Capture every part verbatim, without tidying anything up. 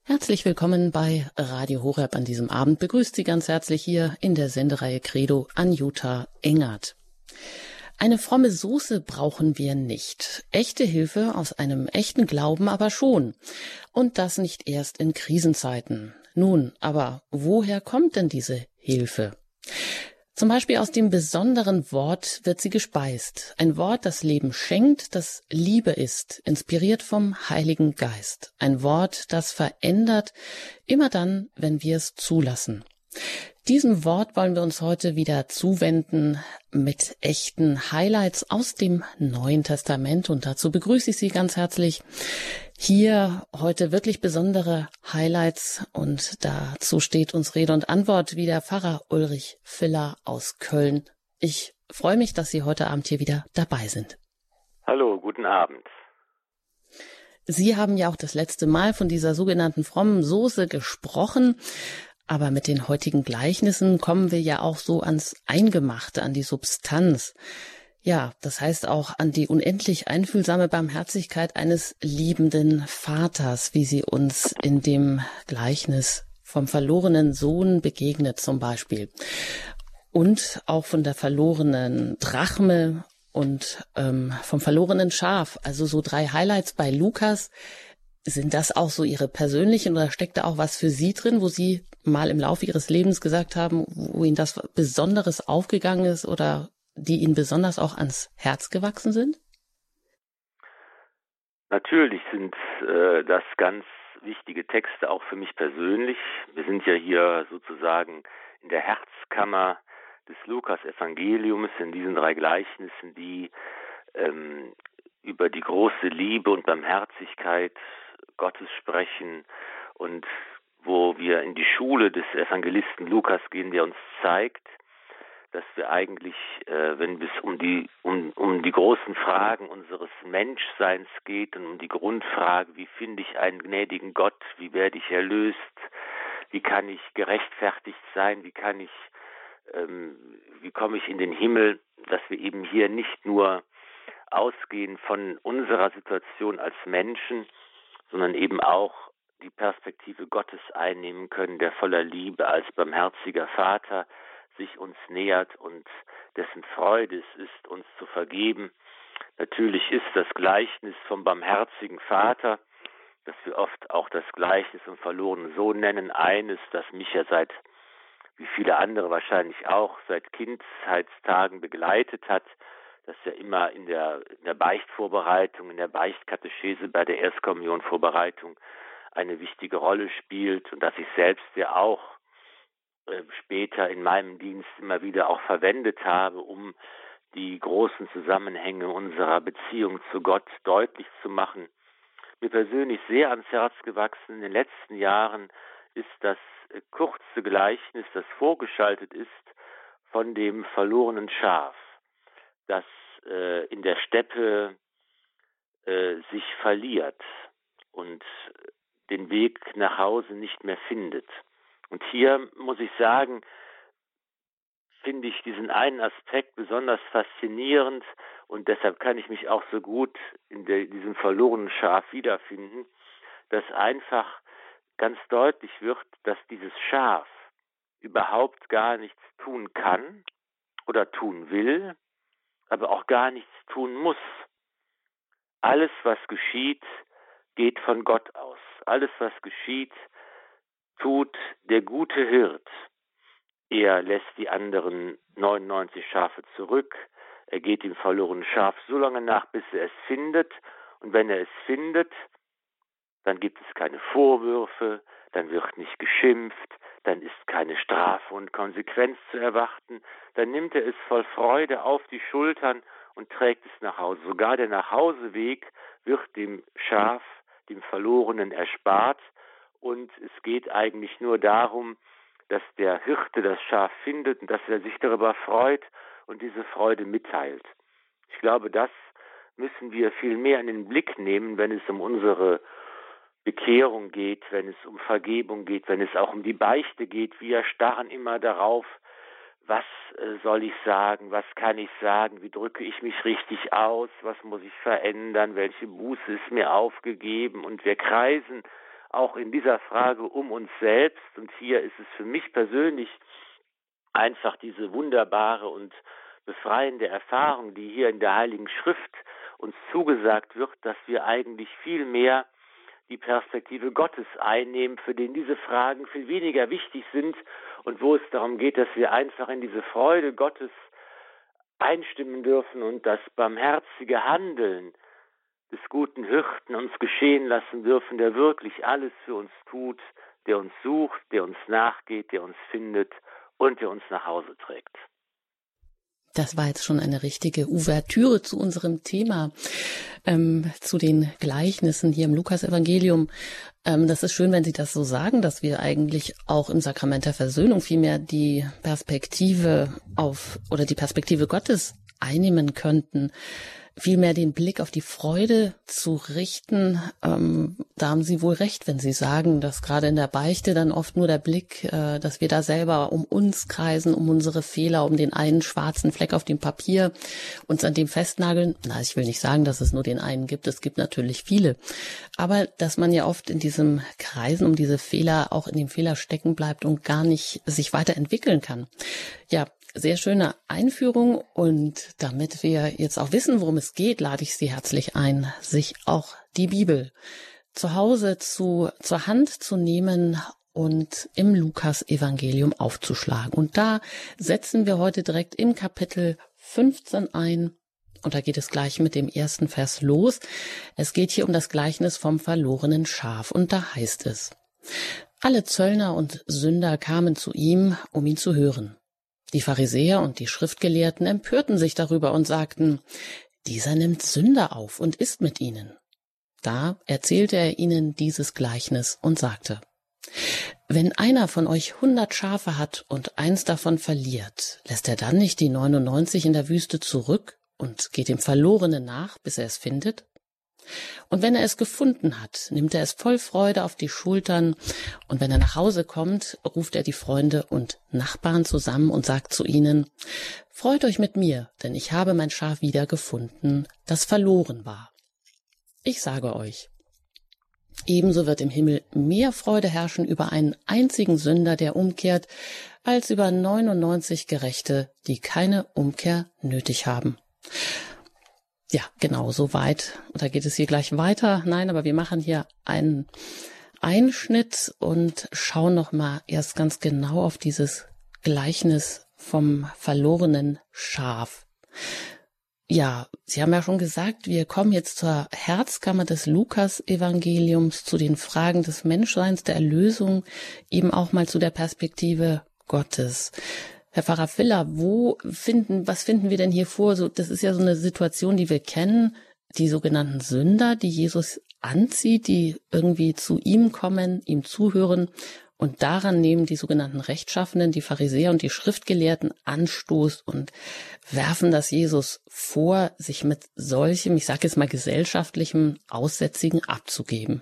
Herzlich willkommen bei Radio Horeb an diesem Abend. Begrüßt Sie ganz herzlich hier in der Sendereihe Credo Anjuta Engert. Eine fromme Soße brauchen wir nicht. Echte Hilfe aus einem echten Glauben aber schon. Und das nicht erst in Krisenzeiten. Nun, aber woher kommt denn diese Hilfe? Zum Beispiel aus dem besonderen Wort wird sie gespeist. Ein Wort, das Leben schenkt, das Liebe ist, inspiriert vom Heiligen Geist. Ein Wort, das verändert, immer dann, wenn wir es zulassen. Diesem Wort wollen wir uns heute wieder zuwenden mit echten Highlights aus dem Neuen Testament. Und dazu begrüße ich Sie ganz herzlich. Hier heute wirklich besondere Highlights. Und dazu steht uns Rede und Antwort wie der Pfarrer Ulrich Filler aus Köln. Ich freue mich, dass Sie heute Abend hier wieder dabei sind. Hallo, guten Abend. Sie haben ja auch das letzte Mal von dieser sogenannten frommen Soße gesprochen. Aber mit den heutigen Gleichnissen kommen wir ja auch so ans Eingemachte, an die Substanz. Ja, das heißt auch an die unendlich einfühlsame Barmherzigkeit eines liebenden Vaters, wie sie uns in dem Gleichnis vom verlorenen Sohn begegnet zum Beispiel. Und auch von der verlorenen Drachme und ähm, vom verlorenen Schaf. Also so drei Highlights bei Lukas. Sind das auch so Ihre persönlichen oder steckt da auch was für Sie drin, wo Sie mal im Laufe Ihres Lebens gesagt haben, wo Ihnen das Besonderes aufgegangen ist oder die Ihnen besonders auch ans Herz gewachsen sind? Natürlich sind äh, das ganz wichtige Texte auch für mich persönlich. Wir sind ja hier sozusagen in der Herzkammer des Lukas-Evangeliums, in diesen drei Gleichnissen, die ähm, über die große Liebe und Barmherzigkeit Gottes sprechen und wo wir in die Schule des Evangelisten Lukas gehen, der uns zeigt, dass wir eigentlich, äh, wenn es um die um, um die großen Fragen unseres Menschseins geht und um die Grundfrage, wie finde ich einen gnädigen Gott, wie werde ich erlöst, wie kann ich gerechtfertigt sein, wie kann ich, ähm, wie komme ich in den Himmel, dass wir eben hier nicht nur ausgehen von unserer Situation als Menschen, sondern eben auch die Perspektive Gottes einnehmen können, der voller Liebe als barmherziger Vater sich uns nähert und dessen Freude es ist, uns zu vergeben. Natürlich ist das Gleichnis vom barmherzigen Vater, das wir oft auch das Gleichnis vom verlorenen Sohn nennen, eines, das mich ja seit, wie viele andere wahrscheinlich auch, seit Kindheitstagen begleitet hat, das ja immer in der, in der Beichtvorbereitung, in der Beichtkatechese, bei der Erstkommunionvorbereitung eine wichtige Rolle spielt und das ich selbst ja auch äh, später in meinem Dienst immer wieder auch verwendet habe, um die großen Zusammenhänge unserer Beziehung zu Gott deutlich zu machen. Mir persönlich sehr ans Herz gewachsen in den letzten Jahren ist das äh, kurze Gleichnis, das vorgeschaltet ist von dem verlorenen Schaf, das äh, in der Steppe äh, sich verliert und den Weg nach Hause nicht mehr findet. Und hier muss ich sagen, finde ich diesen einen Aspekt besonders faszinierend und deshalb kann ich mich auch so gut in der, diesem verlorenen Schaf wiederfinden, dass einfach ganz deutlich wird, dass dieses Schaf überhaupt gar nichts tun kann oder tun will, aber auch gar nichts tun muss. Alles, was geschieht, geht von Gott aus. Alles, was geschieht, tut der gute Hirt. Er lässt die anderen neunundneunzig Schafe zurück. Er geht dem verlorenen Schaf so lange nach, bis er es findet. Und wenn er es findet, dann gibt es keine Vorwürfe, dann wird nicht geschimpft, dann ist keine Strafe und Konsequenz zu erwarten. Dann nimmt er es voll Freude auf die Schultern und trägt es nach Hause. Sogar der Nachhauseweg wird dem Schaf, dem Verlorenen, erspart. Und es geht eigentlich nur darum, dass der Hirte das Schaf findet und dass er sich darüber freut und diese Freude mitteilt. Ich glaube, das müssen wir viel mehr in den Blick nehmen, wenn es um unsere Bekehrung geht, wenn es um Vergebung geht, wenn es auch um die Beichte geht. Wir starren immer darauf, was äh, soll ich sagen, was kann ich sagen, wie drücke ich mich richtig aus, was muss ich verändern, welche Buße ist mir aufgegeben. Und wir kreisen auch in dieser Frage um uns selbst. Und hier ist es für mich persönlich einfach diese wunderbare und befreiende Erfahrung, die hier in der Heiligen Schrift uns zugesagt wird, dass wir eigentlich viel mehr die Perspektive Gottes einnehmen, für den diese Fragen viel weniger wichtig sind und wo es darum geht, dass wir einfach in diese Freude Gottes einstimmen dürfen und das barmherzige Handeln des guten Hirten uns geschehen lassen dürfen, der wirklich alles für uns tut, der uns sucht, der uns nachgeht, der uns findet und der uns nach Hause trägt. Das war jetzt schon eine richtige Ouvertüre zu unserem Thema, ähm, zu den Gleichnissen hier im Lukas-Evangelium. Ähm, das ist schön, wenn Sie das so sagen, dass wir eigentlich auch im Sakrament der Versöhnung vielmehr die Perspektive auf oder die Perspektive Gottes einnehmen könnten, vielmehr den Blick auf die Freude zu richten. Ähm, da haben Sie wohl recht, wenn Sie sagen, dass gerade in der Beichte dann oft nur der Blick, äh, dass wir da selber um uns kreisen, um unsere Fehler, um den einen schwarzen Fleck auf dem Papier, uns an dem festnageln. Na, ich will nicht sagen, dass es nur den einen gibt, es gibt natürlich viele. Aber dass man ja oft in diesem Kreisen um diese Fehler auch in dem Fehler stecken bleibt und gar nicht sich weiterentwickeln kann. Ja, sehr schöne Einführung, und damit wir jetzt auch wissen, worum es geht, lade ich Sie herzlich ein, sich auch die Bibel zu Hause zu, zur Hand zu nehmen und im Lukas-Evangelium aufzuschlagen. Und da setzen wir heute direkt im Kapitel fünfzehn ein, und da geht es gleich mit dem ersten Vers los. Es geht hier um das Gleichnis vom verlorenen Schaf, und da heißt es: Alle Zöllner und Sünder kamen zu ihm, um ihn zu hören. Die Pharisäer und die Schriftgelehrten empörten sich darüber und sagten: Dieser nimmt Sünder auf und isst mit ihnen. Da erzählte er ihnen dieses Gleichnis und sagte: Wenn einer von euch hundert Schafe hat und eins davon verliert, lässt er dann nicht die neunundneunzig in der Wüste zurück und geht dem Verlorenen nach, bis er es findet? Und wenn er es gefunden hat, nimmt er es voll Freude auf die Schultern, und wenn er nach Hause kommt, ruft er die Freunde und Nachbarn zusammen und sagt zu ihnen: Freut euch mit mir, denn ich habe mein Schaf wiedergefunden, das verloren war. Ich sage euch, ebenso wird im Himmel mehr Freude herrschen über einen einzigen Sünder, der umkehrt, als über neunundneunzig Gerechte, die keine Umkehr nötig haben. Ja, genau, so weit. Und da geht es hier gleich weiter. Nein, aber wir machen hier einen Einschnitt und schauen noch mal erst ganz genau auf dieses Gleichnis vom verlorenen Schaf. Ja, Sie haben ja schon gesagt, wir kommen jetzt zur Herzkammer des Lukas-Evangeliums, zu den Fragen des Menschseins, der Erlösung, eben auch mal zu der Perspektive Gottes. Herr Pfarrer Viller, wo finden, was finden wir denn hier vor? So, das ist ja so eine Situation, die wir kennen, die sogenannten Sünder, die Jesus anzieht, die irgendwie zu ihm kommen, ihm zuhören, und daran nehmen die sogenannten Rechtschaffenen, die Pharisäer und die Schriftgelehrten Anstoß und werfen das Jesus vor, sich mit solchem, ich sage jetzt mal gesellschaftlichem Aussätzigen abzugeben.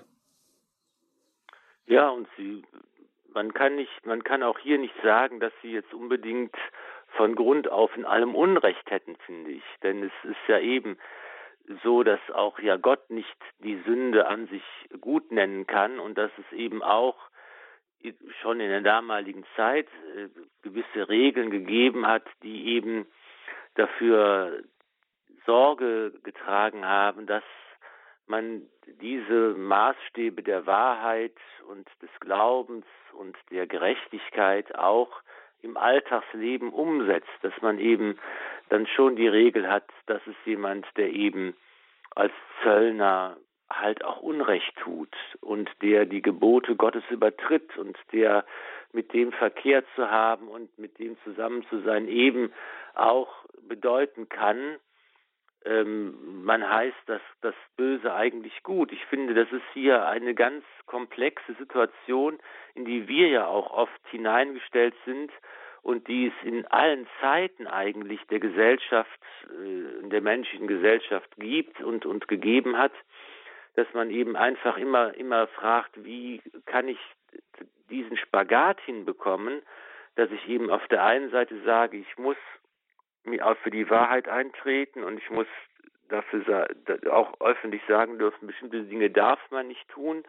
Ja, und sie Man kann nicht, man kann auch hier nicht sagen, dass sie jetzt unbedingt von Grund auf in allem Unrecht hätten, finde ich. Denn es ist ja eben so, dass auch ja Gott nicht die Sünde an sich gut nennen kann und dass es eben auch schon in der damaligen Zeit äh, gewisse Regeln gegeben hat, die eben dafür Sorge getragen haben, dass man diese Maßstäbe der Wahrheit und des Glaubens und der Gerechtigkeit auch im Alltagsleben umsetzt, dass man eben dann schon die Regel hat, dass es jemand, der eben als Zöllner halt auch Unrecht tut und der die Gebote Gottes übertritt und der mit dem Verkehr zu haben und mit dem zusammen zu sein eben auch bedeuten kann, ähm, man heißt das, das Böse eigentlich gut. Ich finde, das ist hier eine ganz komplexe Situation, in die wir ja auch oft hineingestellt sind und die es in allen Zeiten eigentlich der Gesellschaft, äh, der menschlichen Gesellschaft gibt und, und gegeben hat, dass man eben einfach immer, immer fragt, wie kann ich diesen Spagat hinbekommen, dass ich eben auf der einen Seite sage, ich muss mir auch für die Wahrheit eintreten und ich muss dafür auch öffentlich sagen dürfen, bestimmte Dinge darf man nicht tun,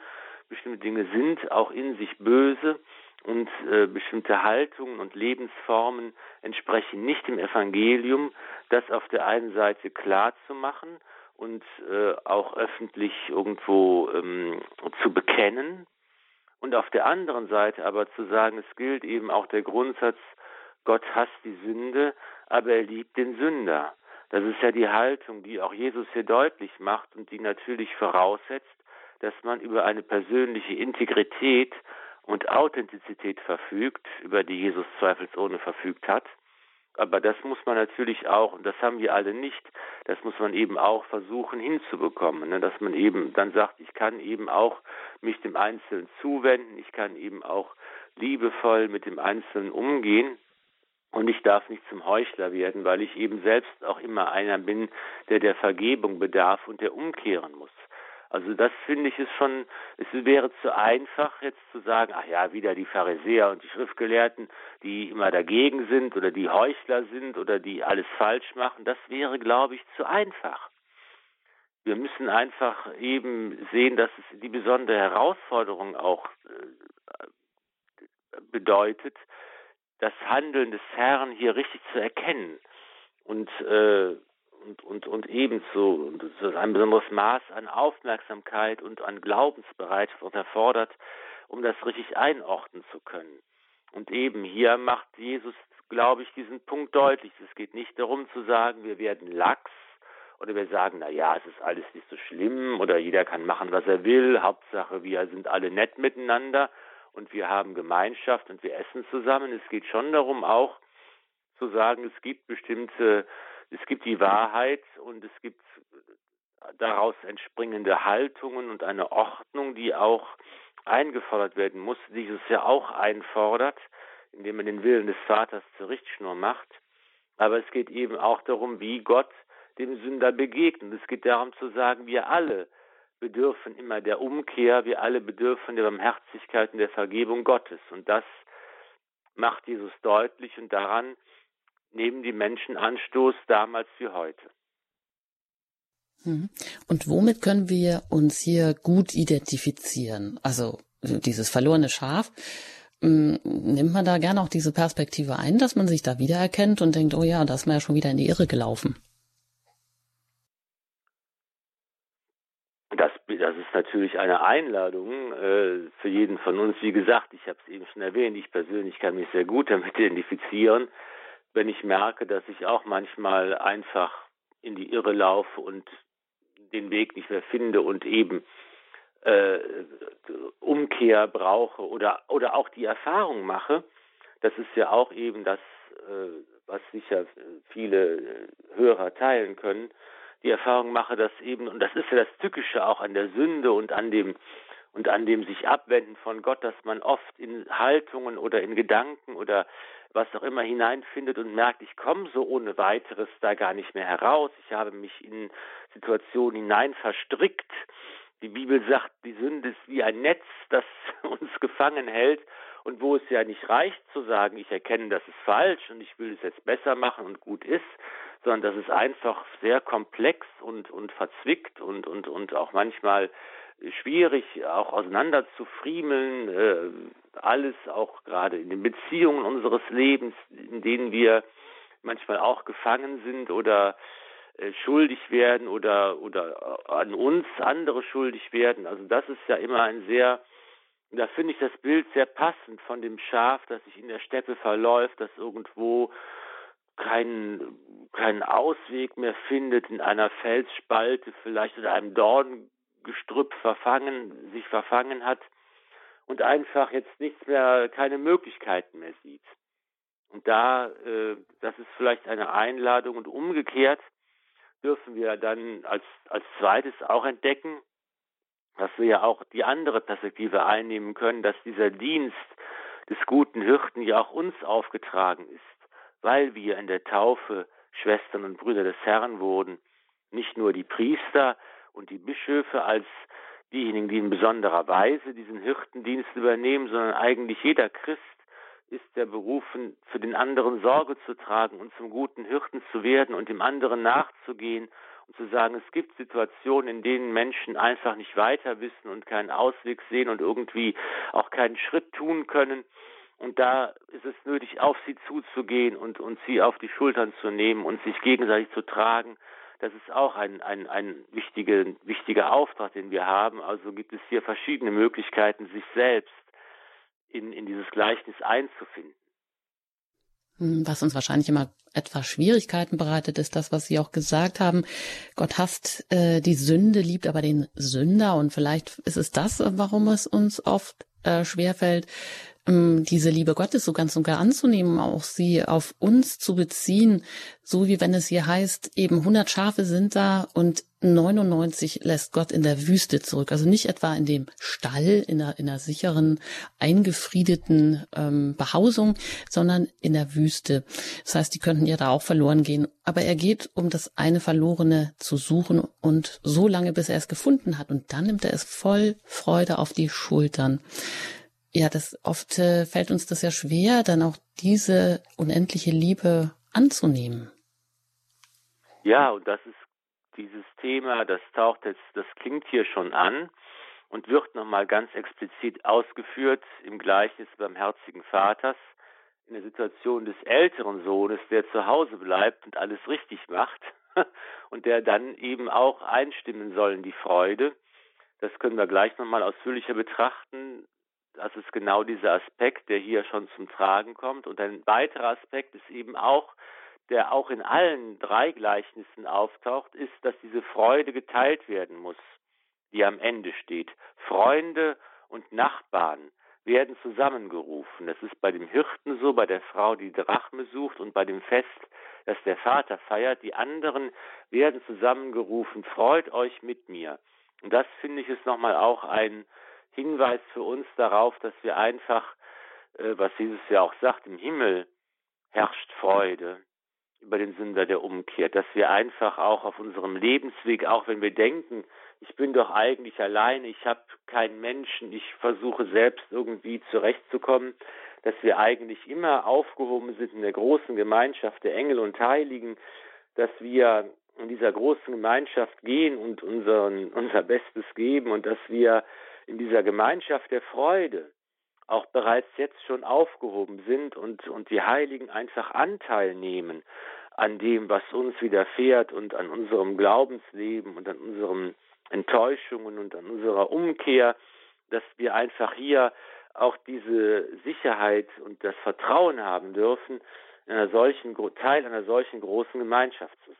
bestimmte Dinge sind auch in sich böse und äh, bestimmte Haltungen und Lebensformen entsprechen nicht dem Evangelium, das auf der einen Seite klar zu machen und äh, auch öffentlich irgendwo ähm, zu bekennen und auf der anderen Seite aber zu sagen, es gilt eben auch der Grundsatz, Gott hasst die Sünde, aber er liebt den Sünder. Das ist ja die Haltung, die auch Jesus hier deutlich macht und die natürlich voraussetzt, dass man über eine persönliche Integrität und Authentizität verfügt, über die Jesus zweifelsohne verfügt hat. Aber das muss man natürlich auch, und das haben wir alle nicht, das muss man eben auch versuchen hinzubekommen, ne? Dass man eben dann sagt, ich kann eben auch mich dem Einzelnen zuwenden, ich kann eben auch liebevoll mit dem Einzelnen umgehen. Und ich darf nicht zum Heuchler werden, weil ich eben selbst auch immer einer bin, der der Vergebung bedarf und der umkehren muss. Also das finde ich ist schon, es wäre zu einfach jetzt zu sagen, ach ja, wieder die Pharisäer und die Schriftgelehrten, die immer dagegen sind oder die Heuchler sind oder die alles falsch machen. Das wäre, glaube ich, zu einfach. Wir müssen einfach eben sehen, dass es die besondere Herausforderung auch äh, bedeutet, das Handeln des Herrn hier richtig zu erkennen und äh, und und und ebenso und so ein besonderes Maß an Aufmerksamkeit und an Glaubensbereitschaft erfordert, um das richtig einordnen zu können. Und eben hier macht Jesus, glaube ich, diesen Punkt deutlich. Es geht nicht darum zu sagen, wir werden lax oder wir sagen, na ja, es ist alles nicht so schlimm oder jeder kann machen, was er will. Hauptsache, wir sind alle nett miteinander und wir haben Gemeinschaft und wir essen zusammen. Es geht schon darum, auch zu sagen, es gibt bestimmte, es gibt die Wahrheit und es gibt daraus entspringende Haltungen und eine Ordnung, die auch eingefordert werden muss, die Jesus ja auch einfordert, indem er den Willen des Vaters zur Richtschnur macht. Aber es geht eben auch darum, wie Gott dem Sünder begegnet. Es geht darum zu sagen, wir alle bedürfen immer der Umkehr, wir alle bedürfen der Barmherzigkeit und der Vergebung Gottes. Und das macht Jesus deutlich und daran nehmen die Menschen Anstoß, damals wie heute. Und womit können wir uns hier gut identifizieren? Also dieses verlorene Schaf, nimmt man da gerne auch diese Perspektive ein, dass man sich da wiedererkennt und denkt, oh ja, da ist man ja schon wieder in die Irre gelaufen. Das, das ist natürlich eine Einladung äh, für jeden von uns. Wie gesagt, ich habe es eben schon erwähnt, ich persönlich kann mich sehr gut damit identifizieren, wenn ich merke, dass ich auch manchmal einfach in die Irre laufe und den Weg nicht mehr finde und eben äh, Umkehr brauche oder oder auch die Erfahrung mache. Das ist ja auch eben das, äh, was sicher viele Hörer teilen können. Die Erfahrung mache, dass eben, und das ist ja das Tückische auch an der Sünde und an dem und an dem sich abwenden von Gott, dass man oft in Haltungen oder in Gedanken oder was auch immer hineinfindet und merkt, ich komme so ohne weiteres da gar nicht mehr heraus. Ich habe mich in Situationen hinein verstrickt. Die Bibel sagt, die Sünde ist wie ein Netz, das uns gefangen hält und wo es ja nicht reicht zu sagen, ich erkenne, das ist falsch und ich will es jetzt besser machen und gut ist, sondern das ist einfach sehr komplex und, und verzwickt und, und, und auch manchmal schwierig, auch auseinander zu friemeln, äh, alles auch gerade in den Beziehungen unseres Lebens, in denen wir manchmal auch gefangen sind oder äh, schuldig werden oder oder an uns andere schuldig werden. Also das ist ja immer ein sehr, da finde ich das Bild sehr passend von dem Schaf, das sich in der Steppe verläuft, das irgendwo keinen keinen Ausweg mehr findet, in einer Felsspalte vielleicht oder einem Dorngestrüpp verfangen, sich verfangen hat und einfach jetzt nichts mehr, keine Möglichkeiten mehr sieht. Und da, äh, das ist vielleicht eine Einladung und umgekehrt dürfen wir dann als, als zweites auch entdecken, dass wir ja auch die andere Perspektive einnehmen können, dass dieser Dienst des guten Hirten ja auch uns aufgetragen ist, weil wir in der Taufe Schwestern und Brüder des Herrn wurden. Nicht nur die Priester und die Bischöfe als diejenigen, die in besonderer Weise diesen Hirtendienst übernehmen, sondern eigentlich jeder Christ ist der berufen, für den anderen Sorge zu tragen und zum guten Hirten zu werden und dem anderen nachzugehen und zu sagen, es gibt Situationen, in denen Menschen einfach nicht weiter wissen und keinen Ausweg sehen und irgendwie auch keinen Schritt tun können. Und da ist es nötig, auf sie zuzugehen und, und sie auf die Schultern zu nehmen und sich gegenseitig zu tragen. Das ist auch ein, ein, ein wichtiger, wichtiger Auftrag, den wir haben. Also gibt es hier verschiedene Möglichkeiten, sich selbst in, in dieses Gleichnis einzufinden. Was uns wahrscheinlich immer etwas Schwierigkeiten bereitet, ist das, was Sie auch gesagt haben. Gott hasst äh, die Sünde, liebt aber den Sünder. Und vielleicht ist es das, warum es uns oft äh, schwerfällt, ähm, diese Liebe Gottes so ganz und gar anzunehmen, auch sie auf uns zu beziehen. So wie wenn es hier heißt, eben hundert Schafe sind da und neunundneunzig lässt Gott in der Wüste zurück. Also nicht etwa in dem Stall, in einer, in einer sicheren, eingefriedeten ähm, Behausung, sondern in der Wüste. Das heißt, die könnten ja da auch verloren gehen. Aber er geht, um das eine Verlorene zu suchen und so lange, bis er es gefunden hat. Und dann nimmt er es voll Freude auf die Schultern. Ja, das oft äh, fällt uns das ja schwer, dann auch diese unendliche Liebe anzunehmen. Ja, und das ist dieses Thema, das taucht jetzt, das klingt hier schon an und wird nochmal ganz explizit ausgeführt im Gleichnis des barmherzigen Vaters in der Situation des älteren Sohnes, der zu Hause bleibt und alles richtig macht und der dann eben auch einstimmen soll in die Freude. Das können wir gleich nochmal ausführlicher betrachten. Das ist genau dieser Aspekt, der hier schon zum Tragen kommt. Und ein weiterer Aspekt ist eben auch, der auch in allen drei Gleichnissen auftaucht, ist, dass diese Freude geteilt werden muss, die am Ende steht. Freunde und Nachbarn werden zusammengerufen. Das ist bei dem Hirten so, bei der Frau, die Drachme sucht und bei dem Fest, das der Vater feiert. Die anderen werden zusammengerufen, freut euch mit mir. Und das, finde ich, ist nochmal auch ein Hinweis für uns darauf, dass wir einfach, äh, was Jesus ja auch sagt, im Himmel herrscht Freude über den Sünder, der umkehrt, dass wir einfach auch auf unserem Lebensweg, auch wenn wir denken, ich bin doch eigentlich alleine, ich habe keinen Menschen, ich versuche selbst irgendwie zurechtzukommen, dass wir eigentlich immer aufgehoben sind in der großen Gemeinschaft der Engel und Heiligen, dass wir in dieser großen Gemeinschaft gehen und unseren, unser Bestes geben und dass wir in dieser Gemeinschaft der Freude auch bereits jetzt schon aufgehoben sind und, und die Heiligen einfach Anteil nehmen an dem, was uns widerfährt und an unserem Glaubensleben und an unseren Enttäuschungen und an unserer Umkehr, dass wir einfach hier auch diese Sicherheit und das Vertrauen haben dürfen, in einer solchen, Teil einer solchen großen Gemeinschaft zu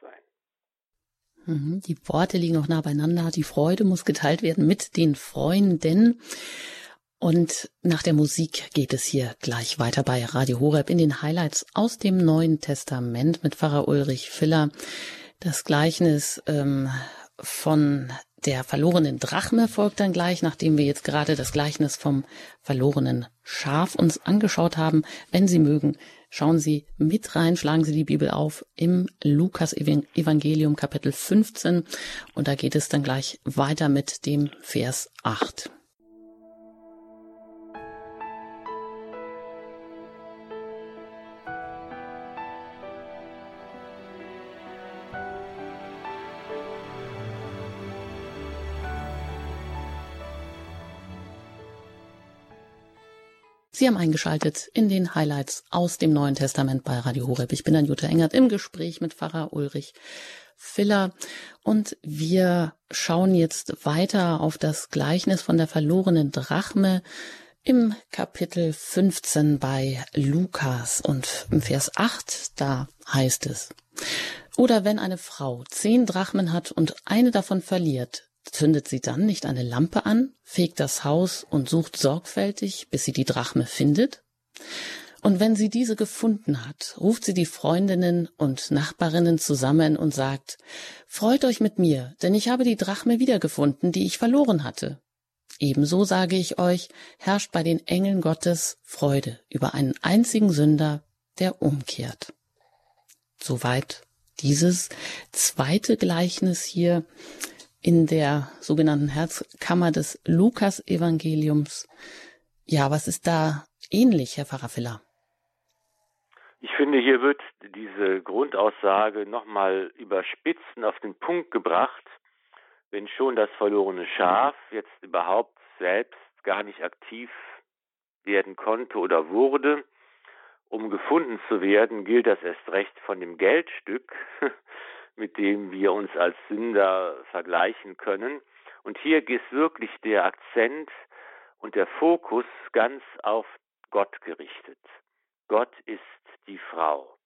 sein. Die Worte liegen noch nah beieinander. Die Freude muss geteilt werden mit den Freunden. Und nach der Musik geht es hier gleich weiter bei Radio Horeb in den Highlights aus dem Neuen Testament mit Pfarrer Ulrich Filler. Das Gleichnis ähm, von der verlorenen Drachme folgt dann gleich, nachdem wir jetzt gerade das Gleichnis vom verlorenen Schaf uns angeschaut haben. Wenn Sie mögen, schauen Sie mit rein, schlagen Sie die Bibel auf im Lukas-Evangelium Kapitel fünfzehn und da geht es dann gleich weiter mit dem Vers acht. Sie haben eingeschaltet in den Highlights aus dem Neuen Testament bei Radio Horeb. Ich bin Jutta Engert im Gespräch mit Pfarrer Ulrich Filler und wir schauen jetzt weiter auf das Gleichnis von der verlorenen Drachme im Kapitel fünfzehn bei Lukas und im Vers acht, da heißt es: Oder wenn eine Frau zehn Drachmen hat und eine davon verliert, zündet sie dann nicht eine Lampe an, fegt das Haus und sucht sorgfältig, bis sie die Drachme findet? Und wenn sie diese gefunden hat, ruft sie die Freundinnen und Nachbarinnen zusammen und sagt: Freut euch mit mir, denn ich habe die Drachme wiedergefunden, die ich verloren hatte. Ebenso sage ich euch, herrscht bei den Engeln Gottes Freude über einen einzigen Sünder, der umkehrt. Soweit dieses zweite Gleichnis hier in der sogenannten Herzkammer des Lukas-Evangeliums. Ja, was ist da ähnlich, Herr Pfarrer Filler? Ich finde, hier wird diese Grundaussage nochmal überspitzt und auf den Punkt gebracht, wenn schon das verlorene Schaf jetzt überhaupt selbst gar nicht aktiv werden konnte oder wurde. Um gefunden zu werden, gilt das erst recht von dem Geldstück, mit dem wir uns als Sünder vergleichen können. Und hier ist wirklich der Akzent und der Fokus ganz auf Gott gerichtet. Gott ist die Frau,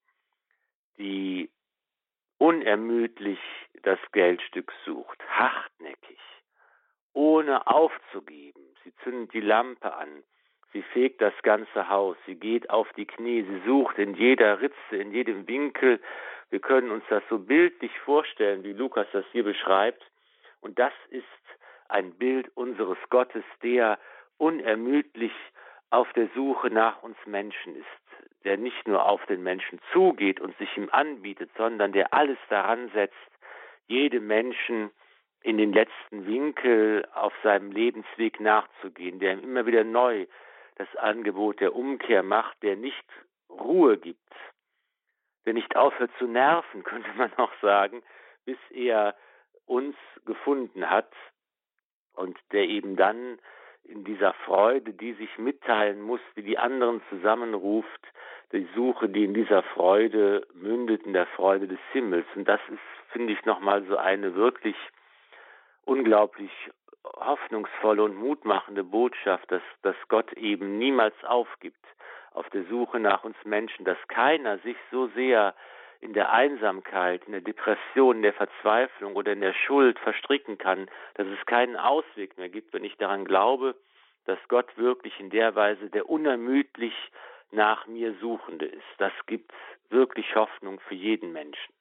die unermüdlich das Geldstück sucht, hartnäckig, ohne aufzugeben. Sie zündet die Lampe an, sie fegt das ganze Haus, sie geht auf die Knie, sie sucht in jeder Ritze, in jedem Winkel. Wir können uns das so bildlich vorstellen, wie Lukas das hier beschreibt. Und das ist ein Bild unseres Gottes, der unermüdlich auf der Suche nach uns Menschen ist, der nicht nur auf den Menschen zugeht und sich ihm anbietet, sondern der alles daran setzt, jedem Menschen in den letzten Winkel auf seinem Lebensweg nachzugehen, der ihm immer wieder neu das Angebot der Umkehr macht, der nicht Ruhe gibt, der nicht aufhört zu nerven, könnte man auch sagen, bis er uns gefunden hat und der eben dann in dieser Freude, die sich mitteilen muss, die die anderen zusammenruft, die Suche, die in dieser Freude mündet, in der Freude des Himmels. Und das ist, finde ich, nochmal so eine wirklich unglaublich hoffnungsvolle und mutmachende Botschaft, dass, dass Gott eben niemals aufgibt auf der Suche nach uns Menschen, dass keiner sich so sehr in der Einsamkeit, in der Depression, in der Verzweiflung oder in der Schuld verstricken kann, dass es keinen Ausweg mehr gibt, wenn ich daran glaube, dass Gott wirklich in der Weise der unermüdlich nach mir Suchende ist. Das gibt wirklich Hoffnung für jeden Menschen.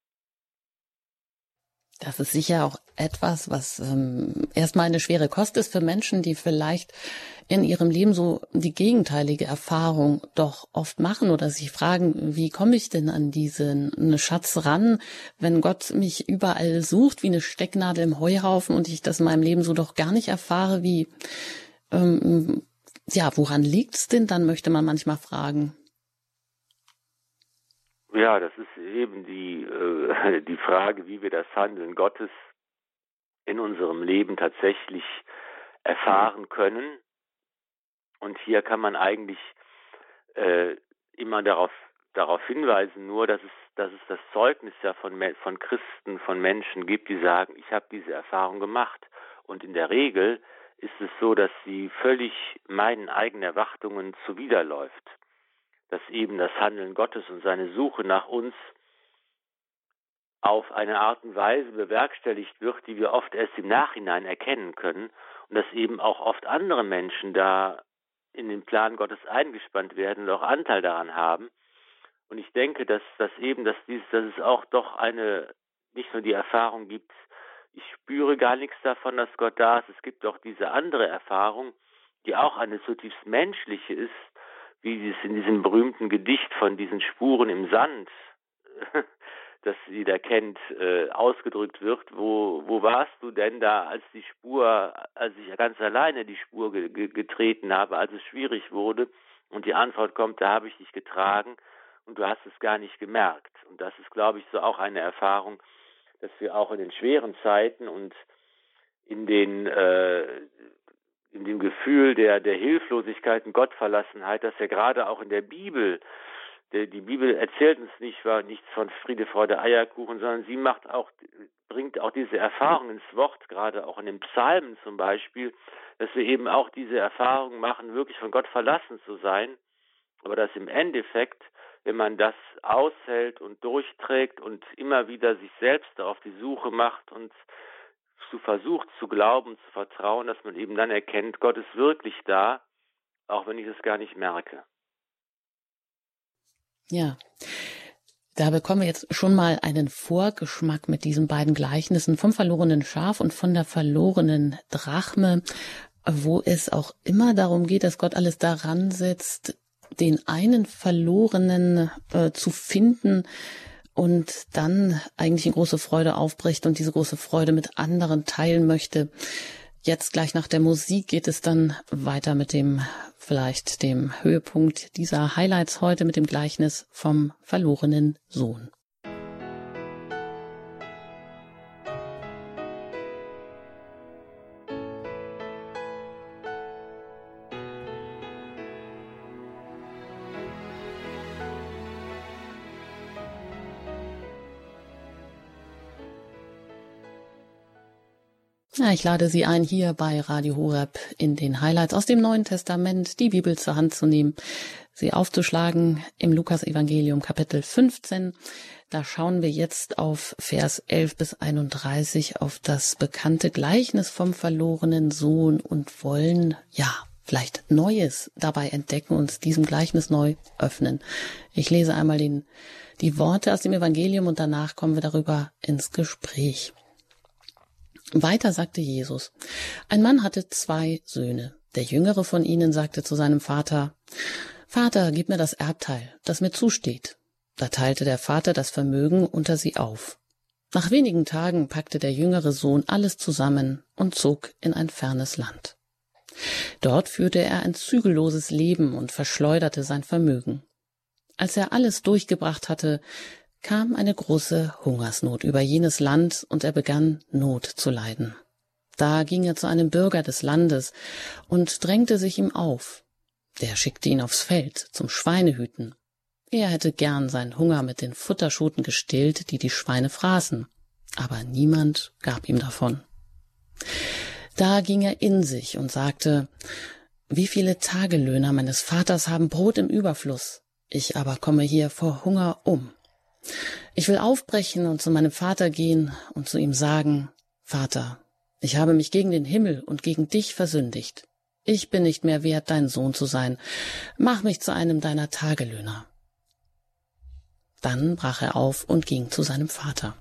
Das ist sicher auch etwas, was ähm, erstmal eine schwere Kost ist für Menschen, die vielleicht in ihrem Leben so die gegenteilige Erfahrung doch oft machen oder sich fragen, wie komme ich denn an diesen Schatz ran, wenn Gott mich überall sucht, wie eine Stecknadel im Heuhaufen und ich das in meinem Leben so doch gar nicht erfahre, wie, ähm, ja, woran liegt's denn dann, möchte man manchmal fragen. Ja, das ist eben die, äh, die Frage, wie wir das Handeln Gottes in unserem Leben tatsächlich erfahren können. Und hier kann man eigentlich äh, immer darauf, darauf hinweisen, nur dass es, dass es das Zeugnis ja von, von Christen, von Menschen gibt, die sagen, ich habe diese Erfahrung gemacht. Und in der Regel ist es so, dass sie völlig meinen eigenen Erwartungen zuwiderläuft. Dass eben das Handeln Gottes und seine Suche nach uns auf eine Art und Weise bewerkstelligt wird, die wir oft erst im Nachhinein erkennen können und dass eben auch oft andere Menschen da in den Plan Gottes eingespannt werden und auch Anteil daran haben. Und ich denke, dass, dass eben, dass, dies, dass es auch doch eine, nicht nur die Erfahrung gibt, ich spüre gar nichts davon, dass Gott da ist, es gibt auch diese andere Erfahrung, die auch eine zutiefst menschliche ist, wie es in diesem berühmten Gedicht von diesen Spuren im Sand, das jeder kennt, äh, ausgedrückt wird. Wo, wo warst du denn da, als die Spur, als ich ganz alleine die Spur ge- ge- getreten habe, als es schwierig wurde? Und die Antwort kommt, da habe ich dich getragen und du hast es gar nicht gemerkt. Und das ist, glaube ich, so auch eine Erfahrung, dass wir auch in den schweren Zeiten und in den äh, in dem Gefühl der, der Hilflosigkeit und Gottverlassenheit, dass ja gerade auch in der Bibel, der, die Bibel erzählt uns nicht, war nichts von Friede, Freude, Eierkuchen, sondern sie macht auch, bringt auch diese Erfahrung ins Wort, gerade auch in den Psalmen zum Beispiel, dass wir eben auch diese Erfahrung machen, wirklich von Gott verlassen zu sein, aber dass im Endeffekt, wenn man das aushält und durchträgt und immer wieder sich selbst auf die Suche macht und zu versucht zu glauben, zu vertrauen, dass man eben dann erkennt, Gott ist wirklich da, auch wenn ich es gar nicht merke. Ja, da bekommen wir jetzt schon mal einen Vorgeschmack mit diesen beiden Gleichnissen vom verlorenen Schaf und von der verlorenen Drachme, wo es auch immer darum geht, dass Gott alles daran setzt, den einen Verlorenen äh, zu finden, und dann eigentlich eine große Freude aufbricht und diese große Freude mit anderen teilen möchte. Jetzt gleich nach der Musik geht es dann weiter mit dem, vielleicht dem Höhepunkt dieser Highlights heute, mit dem Gleichnis vom verlorenen Sohn. Ja, ich lade Sie ein, hier bei Radio Horeb in den Highlights aus dem Neuen Testament die Bibel zur Hand zu nehmen, sie aufzuschlagen im Lukas-Evangelium Kapitel fünfzehn. Da schauen wir jetzt auf Vers elf bis einunddreißig, auf das bekannte Gleichnis vom verlorenen Sohn und wollen, ja, vielleicht Neues dabei entdecken, uns diesem Gleichnis neu öffnen. Ich lese einmal den, die Worte aus dem Evangelium und danach kommen wir darüber ins Gespräch. Weiter sagte Jesus: Ein Mann hatte zwei Söhne. Der jüngere von ihnen sagte zu seinem Vater: Vater, gib mir das Erbteil, das mir zusteht. Da teilte der Vater das Vermögen unter sie auf. Nach wenigen Tagen packte der jüngere Sohn alles zusammen und zog in ein fernes Land. Dort führte er ein zügelloses Leben und verschleuderte sein Vermögen. Als er alles durchgebracht hatte, kam eine große Hungersnot über jenes Land und er begann Not zu leiden. Da ging er zu einem Bürger des Landes und drängte sich ihm auf. Der schickte ihn aufs Feld zum Schweinehüten. Er hätte gern seinen Hunger mit den Futterschoten gestillt, die die Schweine fraßen, aber niemand gab ihm davon. Da ging er in sich und sagte: Wie viele Tagelöhner meines Vaters haben Brot im Überfluss, ich aber komme hier vor Hunger um. Ich will aufbrechen und zu meinem Vater gehen und zu ihm sagen: Vater, ich habe mich gegen den Himmel und gegen dich versündigt. Ich bin nicht mehr wert, dein Sohn zu sein. Mach mich zu einem deiner Tagelöhner. Dann brach er auf und ging zu seinem Vater.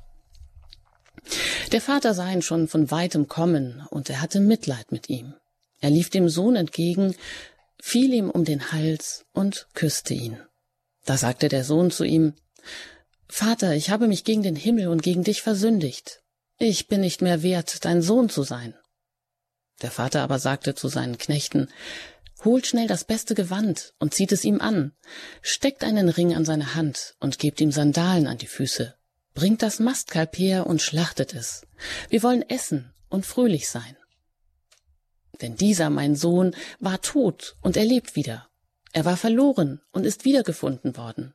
Der Vater sah ihn schon von weitem kommen, und er hatte Mitleid mit ihm. Er lief dem Sohn entgegen, fiel ihm um den Hals und küsste ihn. Da sagte der Sohn zu ihm: Vater, ich habe mich gegen den Himmel und gegen dich versündigt. Ich bin nicht mehr wert, dein Sohn zu sein. Der Vater aber sagte zu seinen Knechten: Holt schnell das beste Gewand und zieht es ihm an, steckt einen Ring an seine Hand und gebt ihm Sandalen an die Füße. Bringt das Mastkalb her und schlachtet es. Wir wollen essen und fröhlich sein. Denn dieser, mein Sohn, war tot und er lebt wieder. Er war verloren und ist wiedergefunden worden.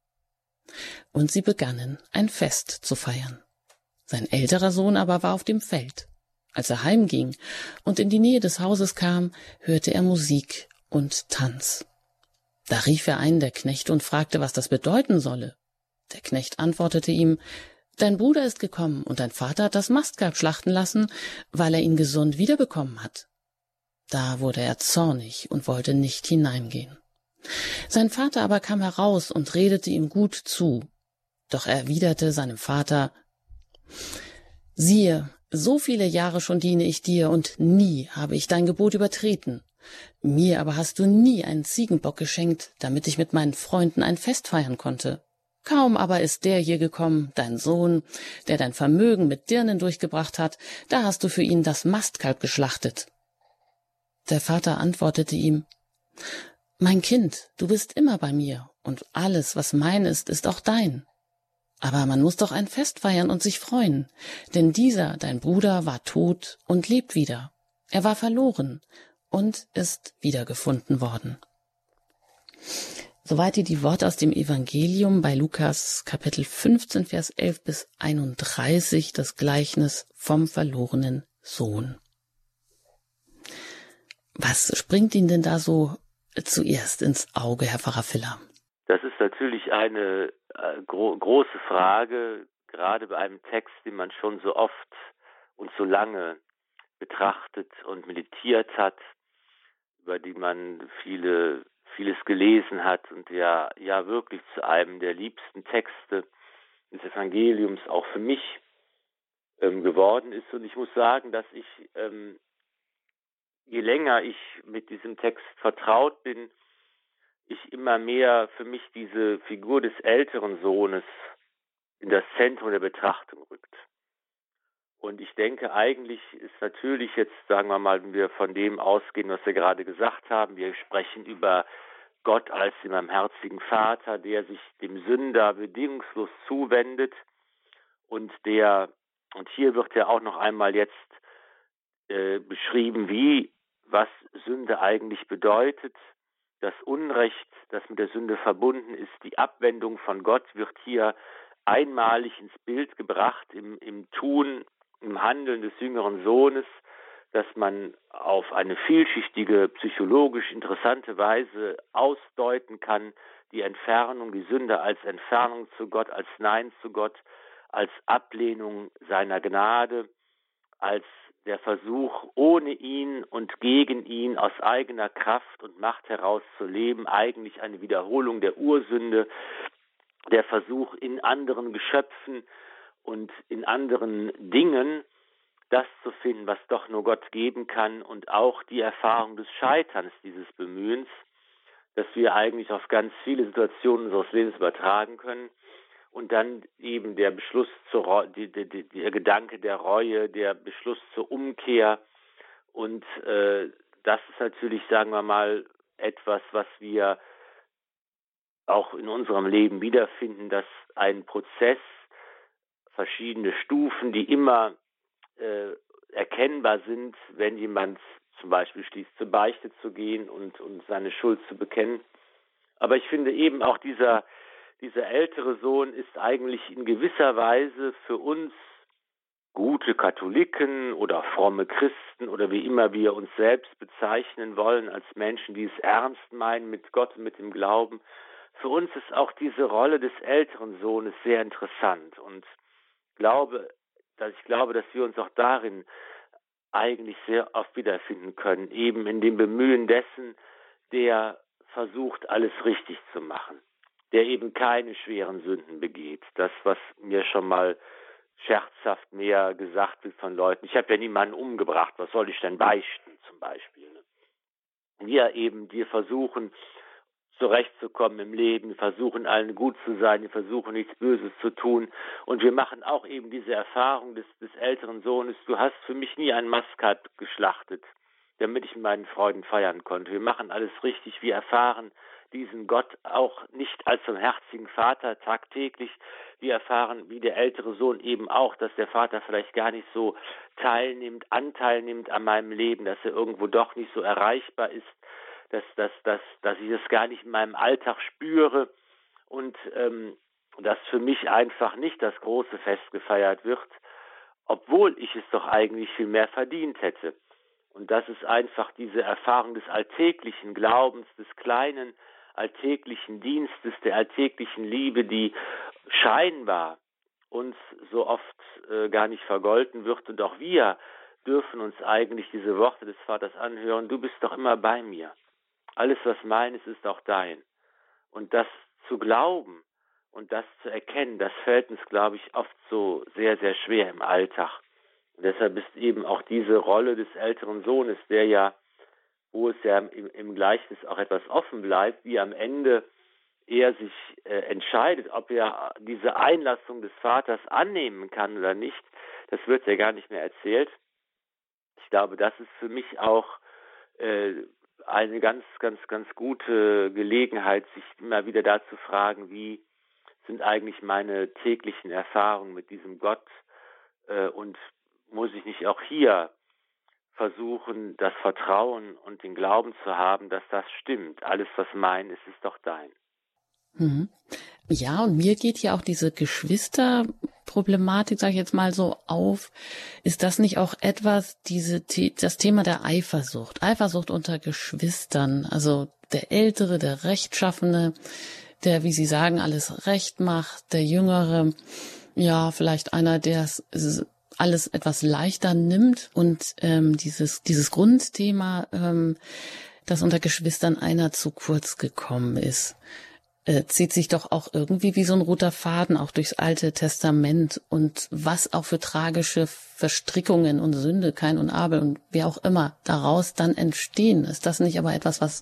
Und sie begannen, ein Fest zu feiern. Sein älterer Sohn aber war auf dem Feld. Als er heimging und in die Nähe des Hauses kam, hörte er Musik und Tanz. Da rief er einen der Knechte und fragte, was das bedeuten solle. Der Knecht antwortete ihm: Dein Bruder ist gekommen und dein Vater hat das Mastkalb schlachten lassen, weil er ihn gesund wiederbekommen hat. Da wurde er zornig und wollte nicht hineingehen. Sein Vater aber kam heraus und redete ihm gut zu. Doch er erwiderte seinem Vater: Siehe, so viele Jahre schon diene ich dir, und nie habe ich dein Gebot übertreten. Mir aber hast du nie einen Ziegenbock geschenkt, damit ich mit meinen Freunden ein Fest feiern konnte. Kaum aber ist der hier gekommen, dein Sohn, der dein Vermögen mit Dirnen durchgebracht hat, da hast du für ihn das Mastkalb geschlachtet. Der Vater antwortete ihm: Mein Kind, du bist immer bei mir, und alles, was mein ist, ist auch dein. Aber man muss doch ein Fest feiern und sich freuen, denn dieser, dein Bruder, war tot und lebt wieder. Er war verloren und ist wiedergefunden worden. Soweit hier die Worte aus dem Evangelium bei Lukas Kapitel fünfzehn, Vers elf bis einunddreißig, das Gleichnis vom verlorenen Sohn. Was springt Ihnen denn da so zuerst ins Auge, Herr Pfarrer Filler? Das ist natürlich eine äh, gro- große Frage, gerade bei einem Text, den man schon so oft und so lange betrachtet und meditiert hat, über die man viele, vieles gelesen hat und der ja wirklich zu einem der liebsten Texte des Evangeliums auch für mich ähm, geworden ist. Und ich muss sagen, dass ich, ähm, je länger ich mit diesem Text vertraut bin, ich immer mehr für mich diese Figur des älteren Sohnes in das Zentrum der Betrachtung rückt. Und ich denke, eigentlich ist natürlich jetzt, sagen wir mal, wenn wir von dem ausgehen, was wir gerade gesagt haben, wir sprechen über Gott als den barmherzigen Vater, der sich dem Sünder bedingungslos zuwendet und der, und hier wird ja auch noch einmal jetzt äh, beschrieben, wie, was Sünde eigentlich bedeutet. Das Unrecht, das mit der Sünde verbunden ist, die Abwendung von Gott, wird hier einmalig ins Bild gebracht im, im Tun, im Handeln des jüngeren Sohnes, dass man auf eine vielschichtige, psychologisch interessante Weise ausdeuten kann, die Entfernung, die Sünde als Entfernung zu Gott, als Nein zu Gott, als Ablehnung seiner Gnade, als der Versuch, ohne ihn und gegen ihn aus eigener Kraft und Macht heraus zu leben, eigentlich eine Wiederholung der Ursünde, der Versuch in anderen Geschöpfen und in anderen Dingen das zu finden, was doch nur Gott geben kann, und auch die Erfahrung des Scheiterns dieses Bemühens, das wir eigentlich auf ganz viele Situationen unseres Lebens übertragen können. Und dann eben der Beschluss zur die, die, die, der Gedanke der Reue, der Beschluss zur Umkehr. Und äh, das ist natürlich, sagen wir mal, etwas, was wir auch in unserem Leben wiederfinden, dass ein Prozess, verschiedene Stufen, die immer äh, erkennbar sind, wenn jemand zum Beispiel schließt, zur Beichte zu gehen und, und seine Schuld zu bekennen. Aber ich finde eben auch dieser Dieser ältere Sohn ist eigentlich in gewisser Weise für uns gute Katholiken oder fromme Christen oder wie immer wir uns selbst bezeichnen wollen, als Menschen, die es ernst meinen mit Gott und mit dem Glauben. Für uns ist auch diese Rolle des älteren Sohnes sehr interessant, und glaube, dass ich glaube, dass wir uns auch darin eigentlich sehr oft wiederfinden können, eben in dem Bemühen dessen, der versucht, alles richtig zu machen, der eben keine schweren Sünden begeht. Das, was mir schon mal scherzhaft mehr gesagt wird von Leuten, ich habe ja niemanden umgebracht, was soll ich denn beichten zum Beispiel. Wir eben, wir versuchen zurechtzukommen im Leben, wir versuchen allen gut zu sein, wir versuchen nichts Böses zu tun, und wir machen auch eben diese Erfahrung des, des älteren Sohnes, du hast für mich nie einen Maskat geschlachtet, damit ich mit meinen Freunden feiern konnte. Wir machen alles richtig, wir erfahren diesen Gott auch nicht als barmherzigen Vater tagtäglich. Wir erfahren, wie der ältere Sohn eben auch, dass der Vater vielleicht gar nicht so teilnimmt, Anteil nimmt an meinem Leben, dass er irgendwo doch nicht so erreichbar ist, dass, dass, dass, dass ich das gar nicht in meinem Alltag spüre, und ähm, dass für mich einfach nicht das große Fest gefeiert wird, obwohl ich es doch eigentlich viel mehr verdient hätte. Und das ist einfach diese Erfahrung des alltäglichen Glaubens, des kleinen alltäglichen Dienstes, der alltäglichen Liebe, die scheinbar uns so oft äh, gar nicht vergolten wird. Und auch wir dürfen uns eigentlich diese Worte des Vaters anhören: Du bist doch immer bei mir. Alles, was mein ist, ist auch dein. Und das zu glauben und das zu erkennen, das fällt uns, glaube ich, oft so sehr, sehr schwer im Alltag. Und deshalb ist eben auch diese Rolle des älteren Sohnes, der ja, wo es ja im, im Gleichnis auch etwas offen bleibt, wie am Ende er sich äh, entscheidet, ob er diese Einlassung des Vaters annehmen kann oder nicht, das wird ja gar nicht mehr erzählt. Ich glaube, das ist für mich auch äh, eine ganz, ganz, ganz gute Gelegenheit, sich immer wieder da zu fragen, wie sind eigentlich meine täglichen Erfahrungen mit diesem Gott, äh, und muss ich nicht auch hier versuchen, das Vertrauen und den Glauben zu haben, dass das stimmt. Alles, was mein ist, ist doch dein. Mhm. Ja, und mir geht ja auch diese Geschwisterproblematik, sage ich jetzt mal so, auf. Ist das nicht auch etwas, diese das Thema der Eifersucht, Eifersucht unter Geschwistern, also der Ältere, der Rechtschaffene, der, wie Sie sagen, alles recht macht, der Jüngere, ja, vielleicht einer, der es alles etwas leichter nimmt, und ähm, dieses dieses Grundthema, ähm, dass unter Geschwistern einer zu kurz gekommen ist, äh, zieht sich doch auch irgendwie wie so ein roter Faden auch durchs Alte Testament, und was auch für tragische Verstrickungen und Sünde, Kain und Abel und wer auch immer daraus dann entstehen. Ist das nicht aber etwas, was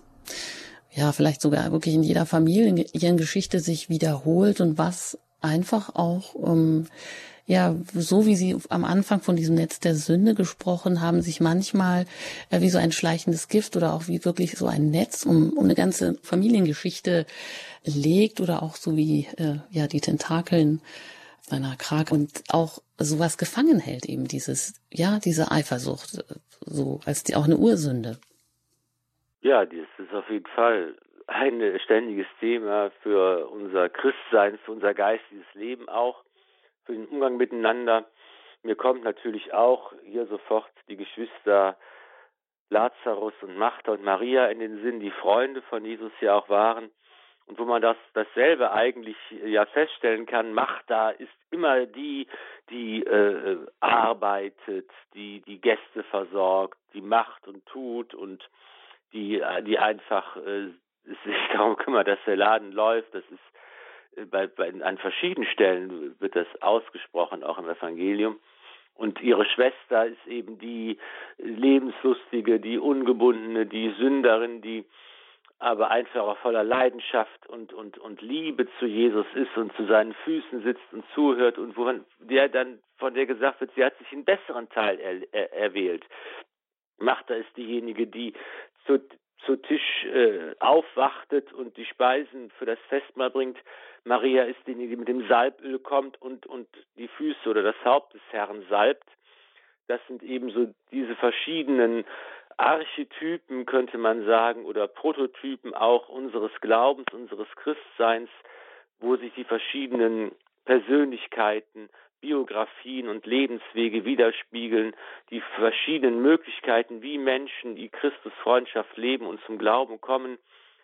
ja vielleicht sogar wirklich in jeder Familiengeschichte sich wiederholt und was einfach auch ähm, ja, so wie Sie am Anfang von diesem Netz der Sünde gesprochen haben, sich manchmal äh, wie so ein schleichendes Gift oder auch wie wirklich so ein Netz um, um eine ganze Familiengeschichte legt oder auch so wie äh, ja die Tentakeln seiner Krake und auch sowas gefangen hält, eben dieses, ja, diese Eifersucht, äh, so als die auch eine Ursünde. Ja, das ist auf jeden Fall ein ständiges Thema für unser Christsein, für unser geistiges Leben auch, für den Umgang miteinander. Mir kommt natürlich auch hier sofort die Geschwister Lazarus und Martha und Maria in den Sinn, die Freunde von Jesus ja auch waren. Und wo man das dasselbe eigentlich ja feststellen kann, Martha ist immer die, die äh, arbeitet, die die Gäste versorgt, die macht und tut und die die einfach äh, sich darum kümmert, dass der Laden läuft. Das ist äh, bei, bei an verschiedenen Stellen wird das ausgesprochen, auch im Evangelium. Und ihre Schwester ist eben die lebenslustige, die ungebundene, die Sünderin, die aber einfach auch voller Leidenschaft und, und, und Liebe zu Jesus ist und zu seinen Füßen sitzt und zuhört und wo man, der dann von der gesagt wird, sie hat sich einen besseren Teil er, er, erwählt. Martha ist diejenige, die zu, zu Tisch äh, aufwartet und die Speisen für das Festmahl bringt. Maria ist diejenige, die mit dem Salböl kommt und, und die Füße oder das Haupt des Herrn salbt. Das sind eben so diese verschiedenen Archetypen, könnte man sagen, oder Prototypen auch unseres Glaubens, unseres Christseins, wo sich die verschiedenen Persönlichkeiten, Biografien und Lebenswege widerspiegeln, die verschiedenen Möglichkeiten, wie Menschen, die Christusfreundschaft leben und zum Glauben kommen.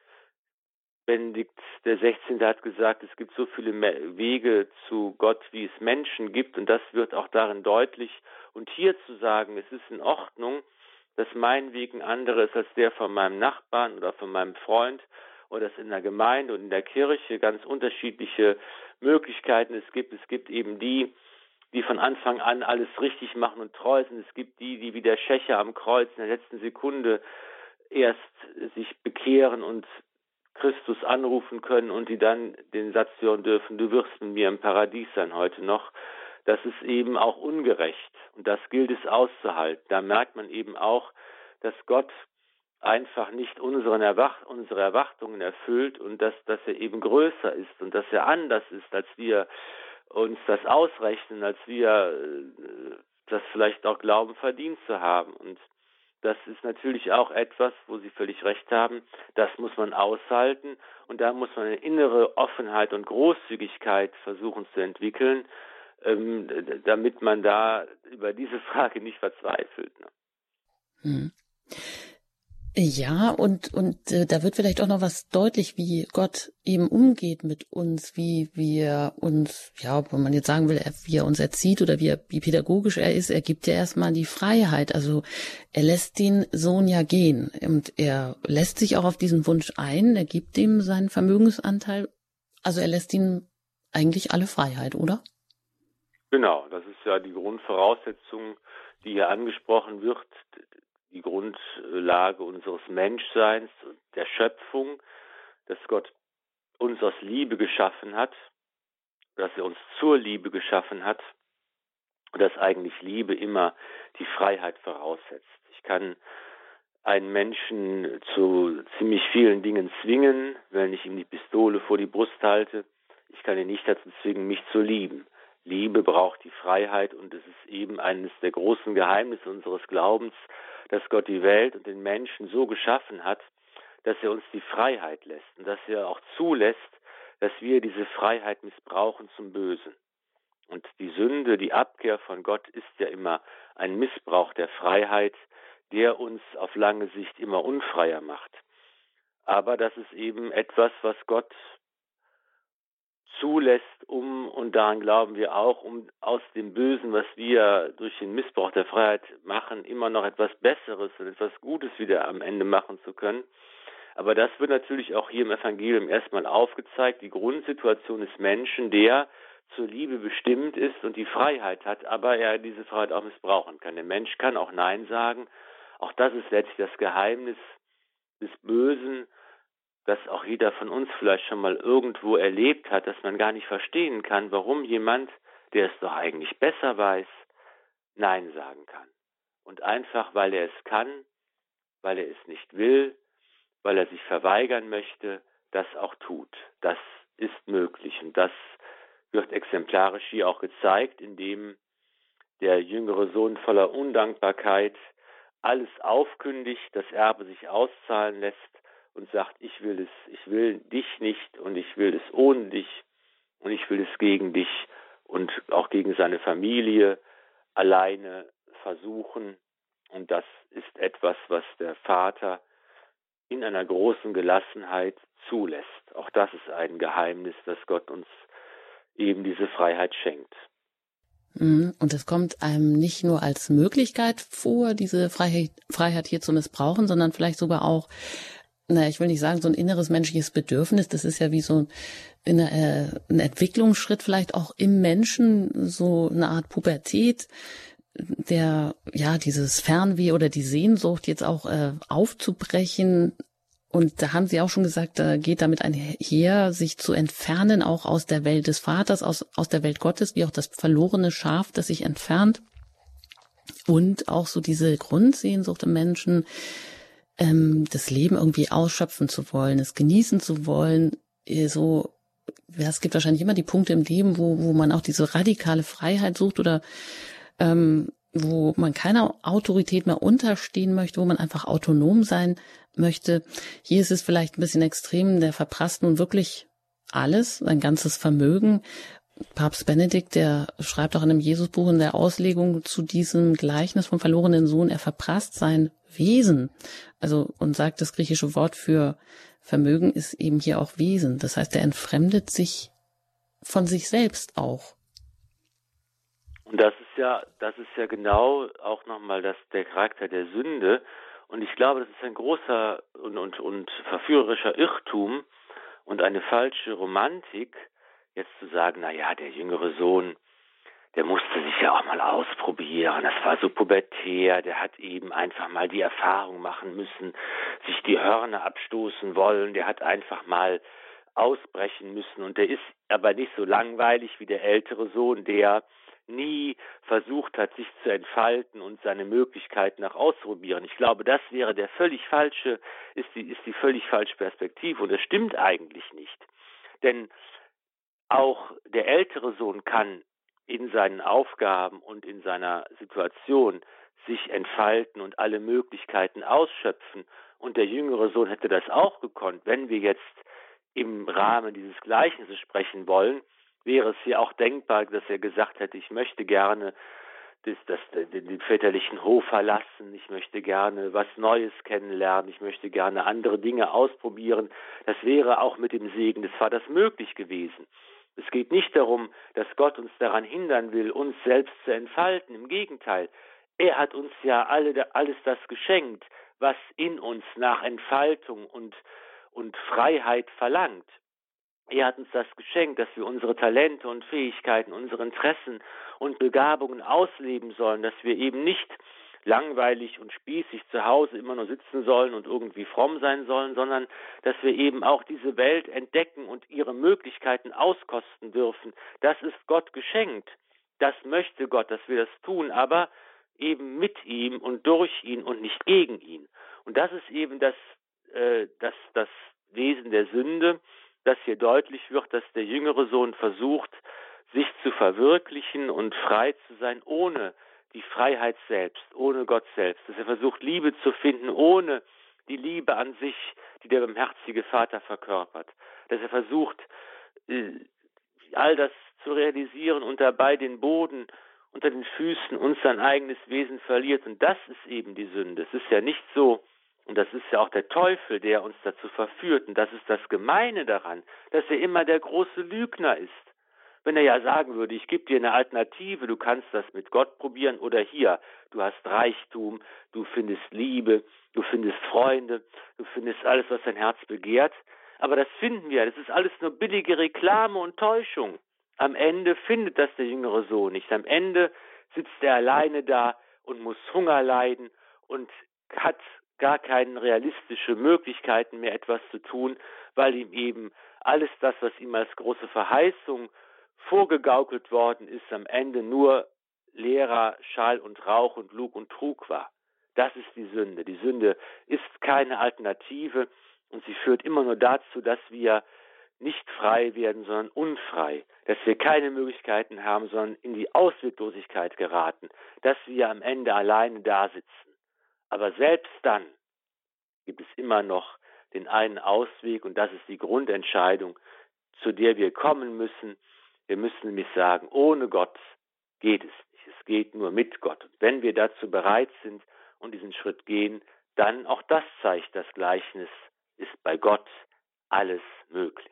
Benedikt der Sechzehnte hat gesagt, es gibt so viele Wege zu Gott, wie es Menschen gibt, und das wird auch darin deutlich. Und hier zu sagen, es ist in Ordnung, dass mein Weg ein anderer ist als der von meinem Nachbarn oder von meinem Freund, oder dass in der Gemeinde und in der Kirche ganz unterschiedliche Möglichkeiten es gibt. Es gibt eben die, die von Anfang an alles richtig machen und treu sind. Es gibt die, die wie der Schächer am Kreuz in der letzten Sekunde erst sich bekehren und Christus anrufen können und die dann den Satz hören dürfen, du wirst mit mir im Paradies sein heute noch. Das ist eben auch ungerecht und das gilt es auszuhalten. Da merkt man eben auch, dass Gott einfach nicht unseren Erwach- unsere Erwartungen erfüllt und dass, dass er eben größer ist und dass er anders ist, als wir uns das ausrechnen, als wir äh, das vielleicht auch glauben, verdient zu haben. Und das ist natürlich auch etwas, wo Sie völlig recht haben, das muss man aushalten und da muss man eine innere Offenheit und Großzügigkeit versuchen zu entwickeln, ähm, damit man da über diese Frage nicht verzweifelt. Ne? Hm. Ja, und und äh, da wird vielleicht auch noch was deutlich, wie Gott eben umgeht mit uns, wie wir uns, ja, wenn man jetzt sagen will, wie er uns erzieht oder wie, er, wie pädagogisch er ist, er gibt ja erstmal die Freiheit. Also er lässt den Sohn ja gehen und er lässt sich auch auf diesen Wunsch ein, er gibt ihm seinen Vermögensanteil, also er lässt ihm eigentlich alle Freiheit, oder? Genau, das ist ja die Grundvoraussetzung, die hier angesprochen wird, die Grundlage unseres Menschseins, der Schöpfung, dass Gott uns aus Liebe geschaffen hat, dass er uns zur Liebe geschaffen hat und dass eigentlich Liebe immer die Freiheit voraussetzt. Ich kann einen Menschen zu ziemlich vielen Dingen zwingen, wenn ich ihm die Pistole vor die Brust halte. Ich kann ihn nicht dazu zwingen, mich zu lieben. Liebe braucht die Freiheit und es ist eben eines der großen Geheimnisse unseres Glaubens, dass Gott die Welt und den Menschen so geschaffen hat, dass er uns die Freiheit lässt und dass er auch zulässt, dass wir diese Freiheit missbrauchen zum Bösen. Und die Sünde, die Abkehr von Gott ist ja immer ein Missbrauch der Freiheit, der uns auf lange Sicht immer unfreier macht. Aber das ist eben etwas, was Gott zulässt, um, und daran glauben wir auch, um aus dem Bösen, was wir durch den Missbrauch der Freiheit machen, immer noch etwas Besseres und etwas Gutes wieder am Ende machen zu können. Aber das wird natürlich auch hier im Evangelium erstmal aufgezeigt, die Grundsituation des Menschen, der zur Liebe bestimmt ist und die Freiheit hat, aber er diese Freiheit auch missbrauchen kann. Der Mensch kann auch Nein sagen. Auch das ist letztlich das Geheimnis des Bösen, das auch jeder von uns vielleicht schon mal irgendwo erlebt hat, dass man gar nicht verstehen kann, warum jemand, der es doch eigentlich besser weiß, Nein sagen kann. Und einfach, weil er es kann, weil er es nicht will, weil er sich verweigern möchte, das auch tut. Das ist möglich. Und das wird exemplarisch hier auch gezeigt, indem der jüngere Sohn voller Undankbarkeit alles aufkündigt, das Erbe sich auszahlen lässt und sagt, ich will es, ich will dich nicht und ich will es ohne dich und ich will es gegen dich und auch gegen seine Familie alleine versuchen. Und das ist etwas, was der Vater in einer großen Gelassenheit zulässt. Auch das ist ein Geheimnis, dass Gott uns eben diese Freiheit schenkt. Und es kommt einem nicht nur als Möglichkeit vor, diese Freiheit, Freiheit hier zu missbrauchen, sondern vielleicht sogar auch, naja, ich will nicht sagen, so ein inneres menschliches Bedürfnis. Das ist ja wie so ein, äh, ein Entwicklungsschritt vielleicht auch im Menschen, so eine Art Pubertät, der, ja, dieses Fernweh oder die Sehnsucht jetzt auch äh, aufzubrechen. Und da haben Sie auch schon gesagt, da geht damit einher, sich zu entfernen, auch aus der Welt des Vaters, aus, aus der Welt Gottes, wie auch das verlorene Schaf, das sich entfernt. Und auch so diese Grundsehnsucht im Menschen, ähm, das Leben irgendwie ausschöpfen zu wollen, es genießen zu wollen. So, ja, es gibt wahrscheinlich immer die Punkte im Leben, wo, wo man auch diese radikale Freiheit sucht oder ähm, wo man keiner Autorität mehr unterstehen möchte, wo man einfach autonom sein möchte. Hier ist es vielleicht ein bisschen extrem, der verprasst nun wirklich alles, sein ganzes Vermögen. Papst Benedikt, der schreibt auch in einem Jesusbuch in der Auslegung zu diesem Gleichnis vom verlorenen Sohn, er verprasst sein Wesen. Also, und sagt, das griechische Wort für Vermögen ist eben hier auch Wesen. Das heißt, er entfremdet sich von sich selbst auch. Und das ist ja, das ist ja genau auch nochmal das, der Charakter der Sünde. Und ich glaube, das ist ein großer und, und, und verführerischer Irrtum und eine falsche Romantik, jetzt zu sagen, na ja, der jüngere Sohn, der musste sich ja auch mal ausprobieren, das war so pubertär, der hat eben einfach mal die Erfahrung machen müssen, sich die Hörner abstoßen wollen, der hat einfach mal ausbrechen müssen und der ist aber nicht so langweilig wie der ältere Sohn, der nie versucht hat, sich zu entfalten und seine Möglichkeiten auch auszuprobieren. Ich glaube, das wäre der völlig falsche, ist die, ist die völlig falsche Perspektive und das stimmt eigentlich nicht. Denn auch der ältere Sohn kann in seinen Aufgaben und in seiner Situation sich entfalten und alle Möglichkeiten ausschöpfen. Und der jüngere Sohn hätte das auch gekonnt. Wenn wir jetzt im Rahmen dieses Gleichnisses sprechen wollen, wäre es ja auch denkbar, dass er gesagt hätte, ich möchte gerne das, das, den, den väterlichen Hof verlassen, ich möchte gerne was Neues kennenlernen, ich möchte gerne andere Dinge ausprobieren. Das wäre auch mit dem Segen des Vaters möglich gewesen. Es geht nicht darum, dass Gott uns daran hindern will, uns selbst zu entfalten. Im Gegenteil, er hat uns ja alle, alles das geschenkt, was in uns nach Entfaltung und, und Freiheit verlangt. Er hat uns das geschenkt, dass wir unsere Talente und Fähigkeiten, unsere Interessen und Begabungen ausleben sollen, dass wir eben nicht langweilig und spießig zu Hause immer nur sitzen sollen und irgendwie fromm sein sollen, sondern dass wir eben auch diese Welt entdecken und ihre Möglichkeiten auskosten dürfen. Das ist Gott geschenkt. Das möchte Gott, dass wir das tun, aber eben mit ihm und durch ihn und nicht gegen ihn. Und das ist eben das, äh, das, das Wesen der Sünde, dass hier deutlich wird, dass der jüngere Sohn versucht, sich zu verwirklichen und frei zu sein, ohne die Freiheit selbst, ohne Gott selbst. Dass er versucht, Liebe zu finden, ohne die Liebe an sich, die der barmherzige Vater verkörpert. Dass er versucht, all das zu realisieren und dabei den Boden unter den Füßen und sein eigenes Wesen verliert. Und das ist eben die Sünde. Es ist ja nicht so, und das ist ja auch der Teufel, der uns dazu verführt. Und das ist das Gemeine daran, dass er immer der große Lügner ist. Wenn er ja sagen würde, ich gebe dir eine Alternative, du kannst das mit Gott probieren oder hier, du hast Reichtum, du findest Liebe, du findest Freunde, du findest alles, was dein Herz begehrt. Aber das finden wir, das ist alles nur billige Reklame und Täuschung. Am Ende findet das der jüngere Sohn nicht. Am Ende sitzt er alleine da und muss Hunger leiden und hat gar keine realistische Möglichkeiten mehr, etwas zu tun, weil ihm eben alles das, was ihm als große Verheißung vorgegaukelt worden ist, am Ende nur leerer Schall und Rauch und Lug und Trug war. Das ist die Sünde. Die Sünde ist keine Alternative und sie führt immer nur dazu, dass wir nicht frei werden, sondern unfrei, dass wir keine Möglichkeiten haben, sondern in die Ausweglosigkeit geraten, dass wir am Ende alleine da sitzen. Aber selbst dann gibt es immer noch den einen Ausweg und das ist die Grundentscheidung, zu der wir kommen müssen. Wir müssen nämlich sagen, ohne Gott geht es nicht. Es geht nur mit Gott. Und wenn wir dazu bereit sind und diesen Schritt gehen, dann, auch das zeigt das Gleichnis, ist bei Gott alles möglich.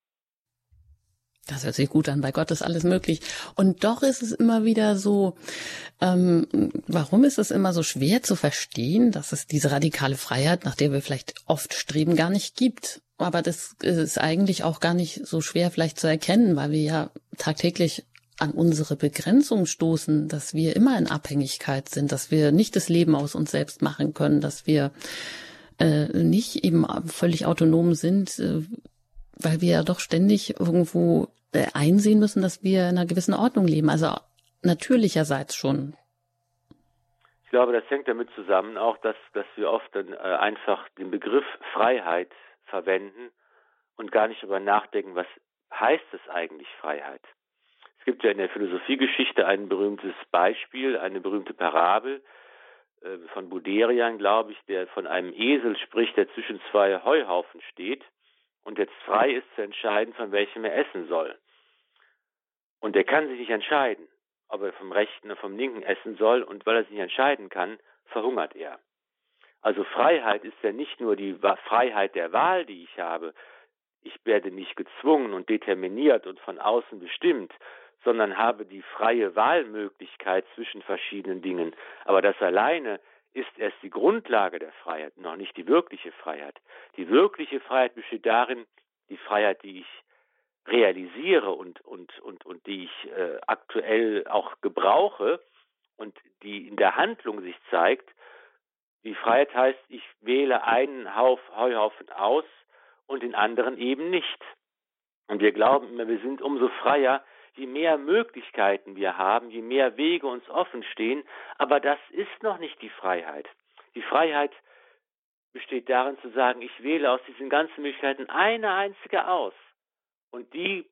Das hört sich gut an. Bei Gott ist alles möglich. Und doch ist es immer wieder so, ähm, warum ist es immer so schwer zu verstehen, dass es diese radikale Freiheit, nach der wir vielleicht oft streben, gar nicht gibt? Aber das ist eigentlich auch gar nicht so schwer vielleicht zu erkennen, weil wir ja tagtäglich an unsere Begrenzung stoßen, dass wir immer in Abhängigkeit sind, dass wir nicht das Leben aus uns selbst machen können, dass wir äh, nicht eben völlig autonom sind, äh, weil wir ja doch ständig irgendwo äh, einsehen müssen, dass wir in einer gewissen Ordnung leben, also natürlicherseits schon. Ich glaube, das hängt damit zusammen auch, dass, dass wir oft dann äh, einfach den Begriff Freiheit verwenden und gar nicht darüber nachdenken, was heißt es eigentlich Freiheit. Es gibt ja in der Philosophiegeschichte ein berühmtes Beispiel, eine berühmte Parabel äh, von Buderian, glaube ich, der von einem Esel spricht, der zwischen zwei Heuhaufen steht und jetzt frei ist zu entscheiden, von welchem er essen soll. Und er kann sich nicht entscheiden, ob er vom rechten oder vom linken essen soll, und weil er sich nicht entscheiden kann, verhungert er. Also Freiheit ist ja nicht nur die Freiheit der Wahl, die ich habe. Ich werde nicht gezwungen und determiniert und von außen bestimmt, sondern habe die freie Wahlmöglichkeit zwischen verschiedenen Dingen. Aber das alleine ist erst die Grundlage der Freiheit, noch nicht die wirkliche Freiheit. Die wirkliche Freiheit besteht darin, die Freiheit, die ich realisiere und, und, und, und die ich äh, aktuell auch gebrauche und die in der Handlung sich zeigt. Die Freiheit heißt, ich wähle einen Hauf, Heuhaufen aus und den anderen eben nicht. Und wir glauben immer, wir sind umso freier, je mehr Möglichkeiten wir haben, je mehr Wege uns offen stehen. Aber das ist noch nicht die Freiheit. Die Freiheit besteht darin zu sagen, ich wähle aus diesen ganzen Möglichkeiten eine einzige aus. Und die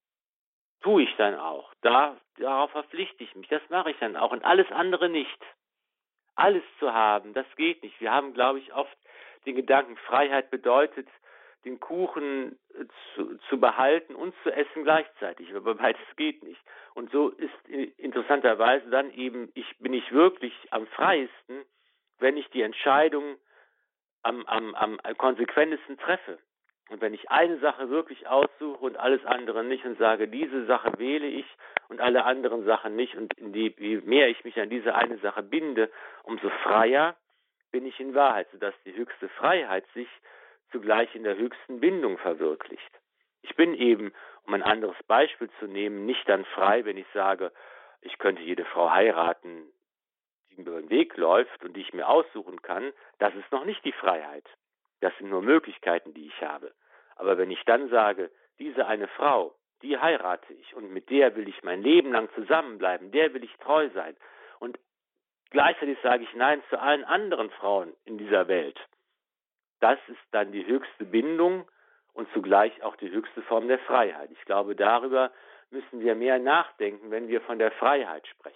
tue ich dann auch. Da, darauf verpflichte ich mich. Das mache ich dann auch. Und alles andere nicht. Alles zu haben, das geht nicht. Wir haben, glaube ich, oft den Gedanken, Freiheit bedeutet, den Kuchen zu, zu behalten und zu essen gleichzeitig. Aber beides geht nicht. Und so ist interessanterweise dann eben, ich bin ich wirklich am freiesten, wenn ich die Entscheidung am, am, am konsequentesten treffe. Und wenn ich eine Sache wirklich aussuche und alles andere nicht und sage, diese Sache wähle ich und alle anderen Sachen nicht, und in die, je mehr ich mich an diese eine Sache binde, umso freier bin ich in Wahrheit, sodass die höchste Freiheit sich zugleich in der höchsten Bindung verwirklicht. Ich bin eben, um ein anderes Beispiel zu nehmen, nicht dann frei, wenn ich sage, ich könnte jede Frau heiraten, die mir über den Weg läuft und die ich mir aussuchen kann. Das ist noch nicht die Freiheit. Das sind nur Möglichkeiten, die ich habe. Aber wenn ich dann sage, diese eine Frau, die heirate ich und mit der will ich mein Leben lang zusammenbleiben, der will ich treu sein. Und gleichzeitig sage ich Nein zu allen anderen Frauen in dieser Welt. Das ist dann die höchste Bindung und zugleich auch die höchste Form der Freiheit. Ich glaube, darüber müssen wir mehr nachdenken, wenn wir von der Freiheit sprechen.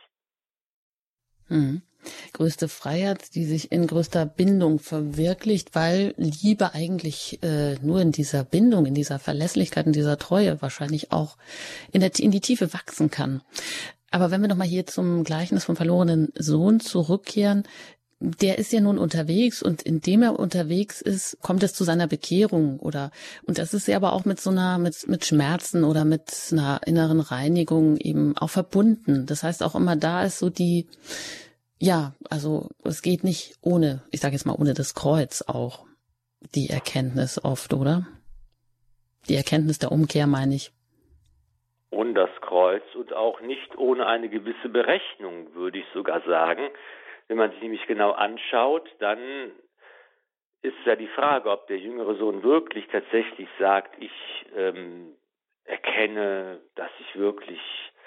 Hm. Größte Freiheit, die sich in größter Bindung verwirklicht, weil Liebe eigentlich äh, nur in dieser Bindung, in dieser Verlässlichkeit, in dieser Treue wahrscheinlich auch in, der, in die Tiefe wachsen kann. Aber wenn wir nochmal hier zum Gleichnis vom verlorenen Sohn zurückkehren, der ist ja nun unterwegs, und indem er unterwegs ist, kommt es zu seiner Bekehrung, oder, und das ist ja aber auch mit so einer, mit, mit Schmerzen oder mit einer inneren Reinigung eben auch verbunden. Das heißt, auch immer da ist so die, ja, also es geht nicht ohne, ich sage jetzt mal ohne das Kreuz auch, die Erkenntnis oft, oder? Die Erkenntnis der Umkehr, meine ich. Ohne das Kreuz und auch nicht ohne eine gewisse Berechnung, würde ich sogar sagen. Wenn man sich nämlich genau anschaut, dann ist ja die Frage, ob der jüngere Sohn wirklich tatsächlich sagt, ich ähm, erkenne, dass ich wirklich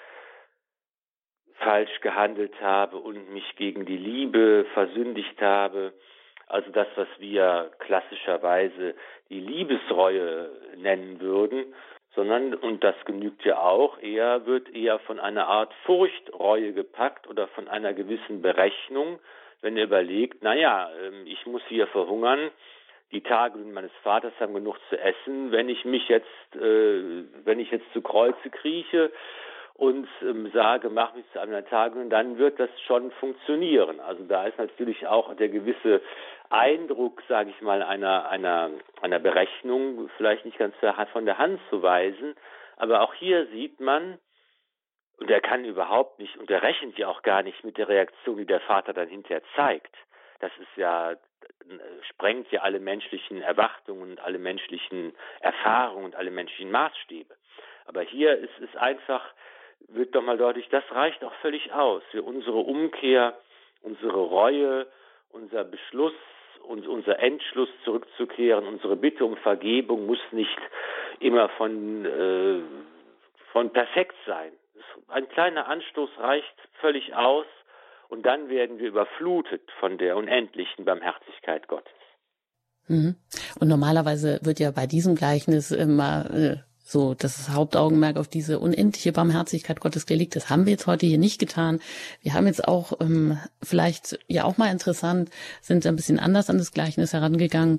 falsch gehandelt habe und mich gegen die Liebe versündigt habe. Also das, was wir klassischerweise die Liebesreue nennen würden, sondern, und das genügt ja auch, er wird eher von einer Art Furchtreue gepackt oder von einer gewissen Berechnung, wenn er überlegt, naja, ich muss hier verhungern, die Tage meines Vaters haben genug zu essen, wenn ich mich jetzt, äh, wenn ich jetzt zu Kreuze krieche und ähm, sage, mach mich zu einer Tagung, dann wird das schon funktionieren. Also da ist natürlich auch der gewisse Eindruck, sage ich mal, einer, einer, einer Berechnung vielleicht nicht ganz von der Hand zu weisen. Aber auch hier sieht man, und er kann überhaupt nicht, und er rechnet ja auch gar nicht mit der Reaktion, die der Vater dann hinterher zeigt. Das ist ja, sprengt ja alle menschlichen Erwartungen und alle menschlichen Erfahrungen und alle menschlichen Maßstäbe. Aber hier ist es einfach, wird doch mal deutlich, das reicht auch völlig aus. Für unsere Umkehr, unsere Reue, unser Beschluss und unser Entschluss zurückzukehren, unsere Bitte um Vergebung muss nicht immer von, äh, von perfekt sein. Ein kleiner Anstoß reicht völlig aus und dann werden wir überflutet von der unendlichen Barmherzigkeit Gottes. Mhm. Und normalerweise wird ja bei diesem Gleichnis immer äh, so das Hauptaugenmerk auf diese unendliche Barmherzigkeit Gottes gelegt. Das haben wir jetzt heute hier nicht getan. Wir haben jetzt auch ähm, vielleicht ja auch mal interessant, sind ein bisschen anders an das Gleichnis herangegangen.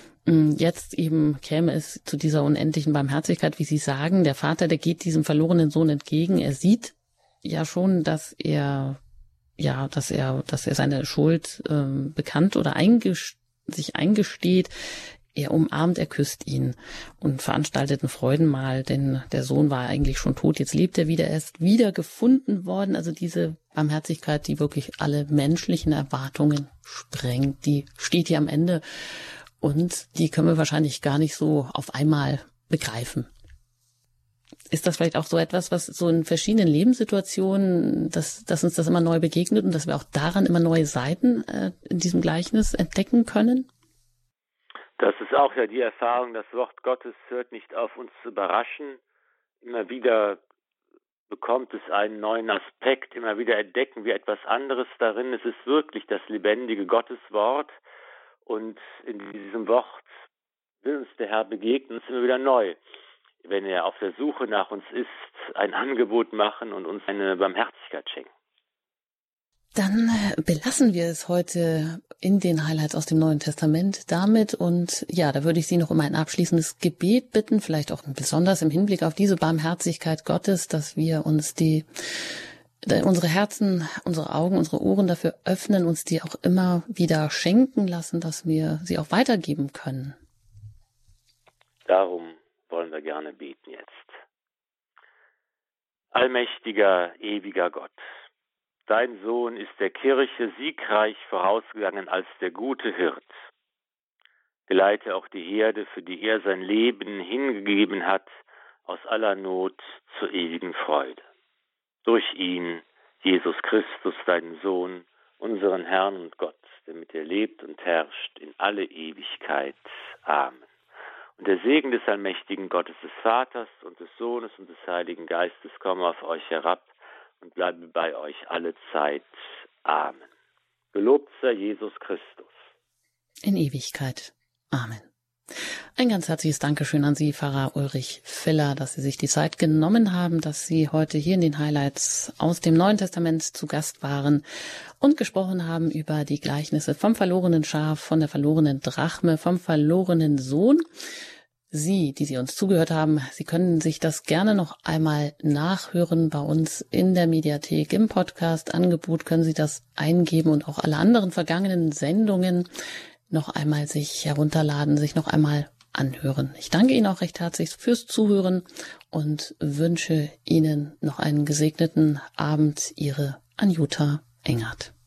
Jetzt eben käme es zu dieser unendlichen Barmherzigkeit, wie Sie sagen. Der Vater, der geht diesem verlorenen Sohn entgegen. Er sieht ja schon, dass er ja, dass er, dass er seine Schuld ähm, bekannt oder eingest- sich eingesteht. Er umarmt, er küsst ihn und veranstaltet ein Freudenmahl, denn der Sohn war eigentlich schon tot, jetzt lebt er wieder, er ist wieder gefunden worden. Also diese Barmherzigkeit, die wirklich alle menschlichen Erwartungen sprengt, die steht hier am Ende und die können wir wahrscheinlich gar nicht so auf einmal begreifen. Ist das vielleicht auch so etwas, was so in verschiedenen Lebenssituationen, dass, dass uns das immer neu begegnet und dass wir auch daran immer neue Seiten äh, in diesem Gleichnis entdecken können? Das ist auch ja die Erfahrung, das Wort Gottes hört nicht auf, uns zu überraschen. Immer wieder bekommt es einen neuen Aspekt, immer wieder entdecken wir etwas anderes darin. Es ist wirklich das lebendige Gotteswort und in diesem Wort will uns der Herr begegnen, uns immer wieder neu. Wenn er auf der Suche nach uns ist, ein Angebot machen und uns eine Barmherzigkeit schenken. Dann belassen wir es heute in den Highlights aus dem Neuen Testament damit und ja, da würde ich Sie noch um ein abschließendes Gebet bitten, vielleicht auch besonders im Hinblick auf diese Barmherzigkeit Gottes, dass wir uns die, unsere Herzen, unsere Augen, unsere Ohren dafür öffnen, uns die auch immer wieder schenken lassen, dass wir sie auch weitergeben können. Darum wollen wir gerne beten jetzt. Allmächtiger, ewiger Gott, dein Sohn ist der Kirche siegreich vorausgegangen als der gute Hirt. Geleite auch die Herde, für die er sein Leben hingegeben hat, aus aller Not zur ewigen Freude. Durch ihn, Jesus Christus, deinen Sohn, unseren Herrn und Gott, der mit dir lebt und herrscht in alle Ewigkeit. Amen. Und der Segen des allmächtigen Gottes, des Vaters und des Sohnes und des Heiligen Geistes komme auf euch herab und bleibe bei euch alle Zeit. Amen. Gelobt sei Jesus Christus. In Ewigkeit. Amen. Ein ganz herzliches Dankeschön an Sie, Pfarrer Ulrich Filler, dass Sie sich die Zeit genommen haben, dass Sie heute hier in den Highlights aus dem Neuen Testament zu Gast waren und gesprochen haben über die Gleichnisse vom verlorenen Schaf, von der verlorenen Drachme, vom verlorenen Sohn. Sie, die Sie uns zugehört haben, Sie können sich das gerne noch einmal nachhören bei uns in der Mediathek. Im Podcast-Angebot können Sie das eingeben und auch alle anderen vergangenen Sendungen noch einmal sich herunterladen, sich noch einmal anhören. Ich danke Ihnen auch recht herzlich fürs Zuhören und wünsche Ihnen noch einen gesegneten Abend. Ihre Anjuta Engert.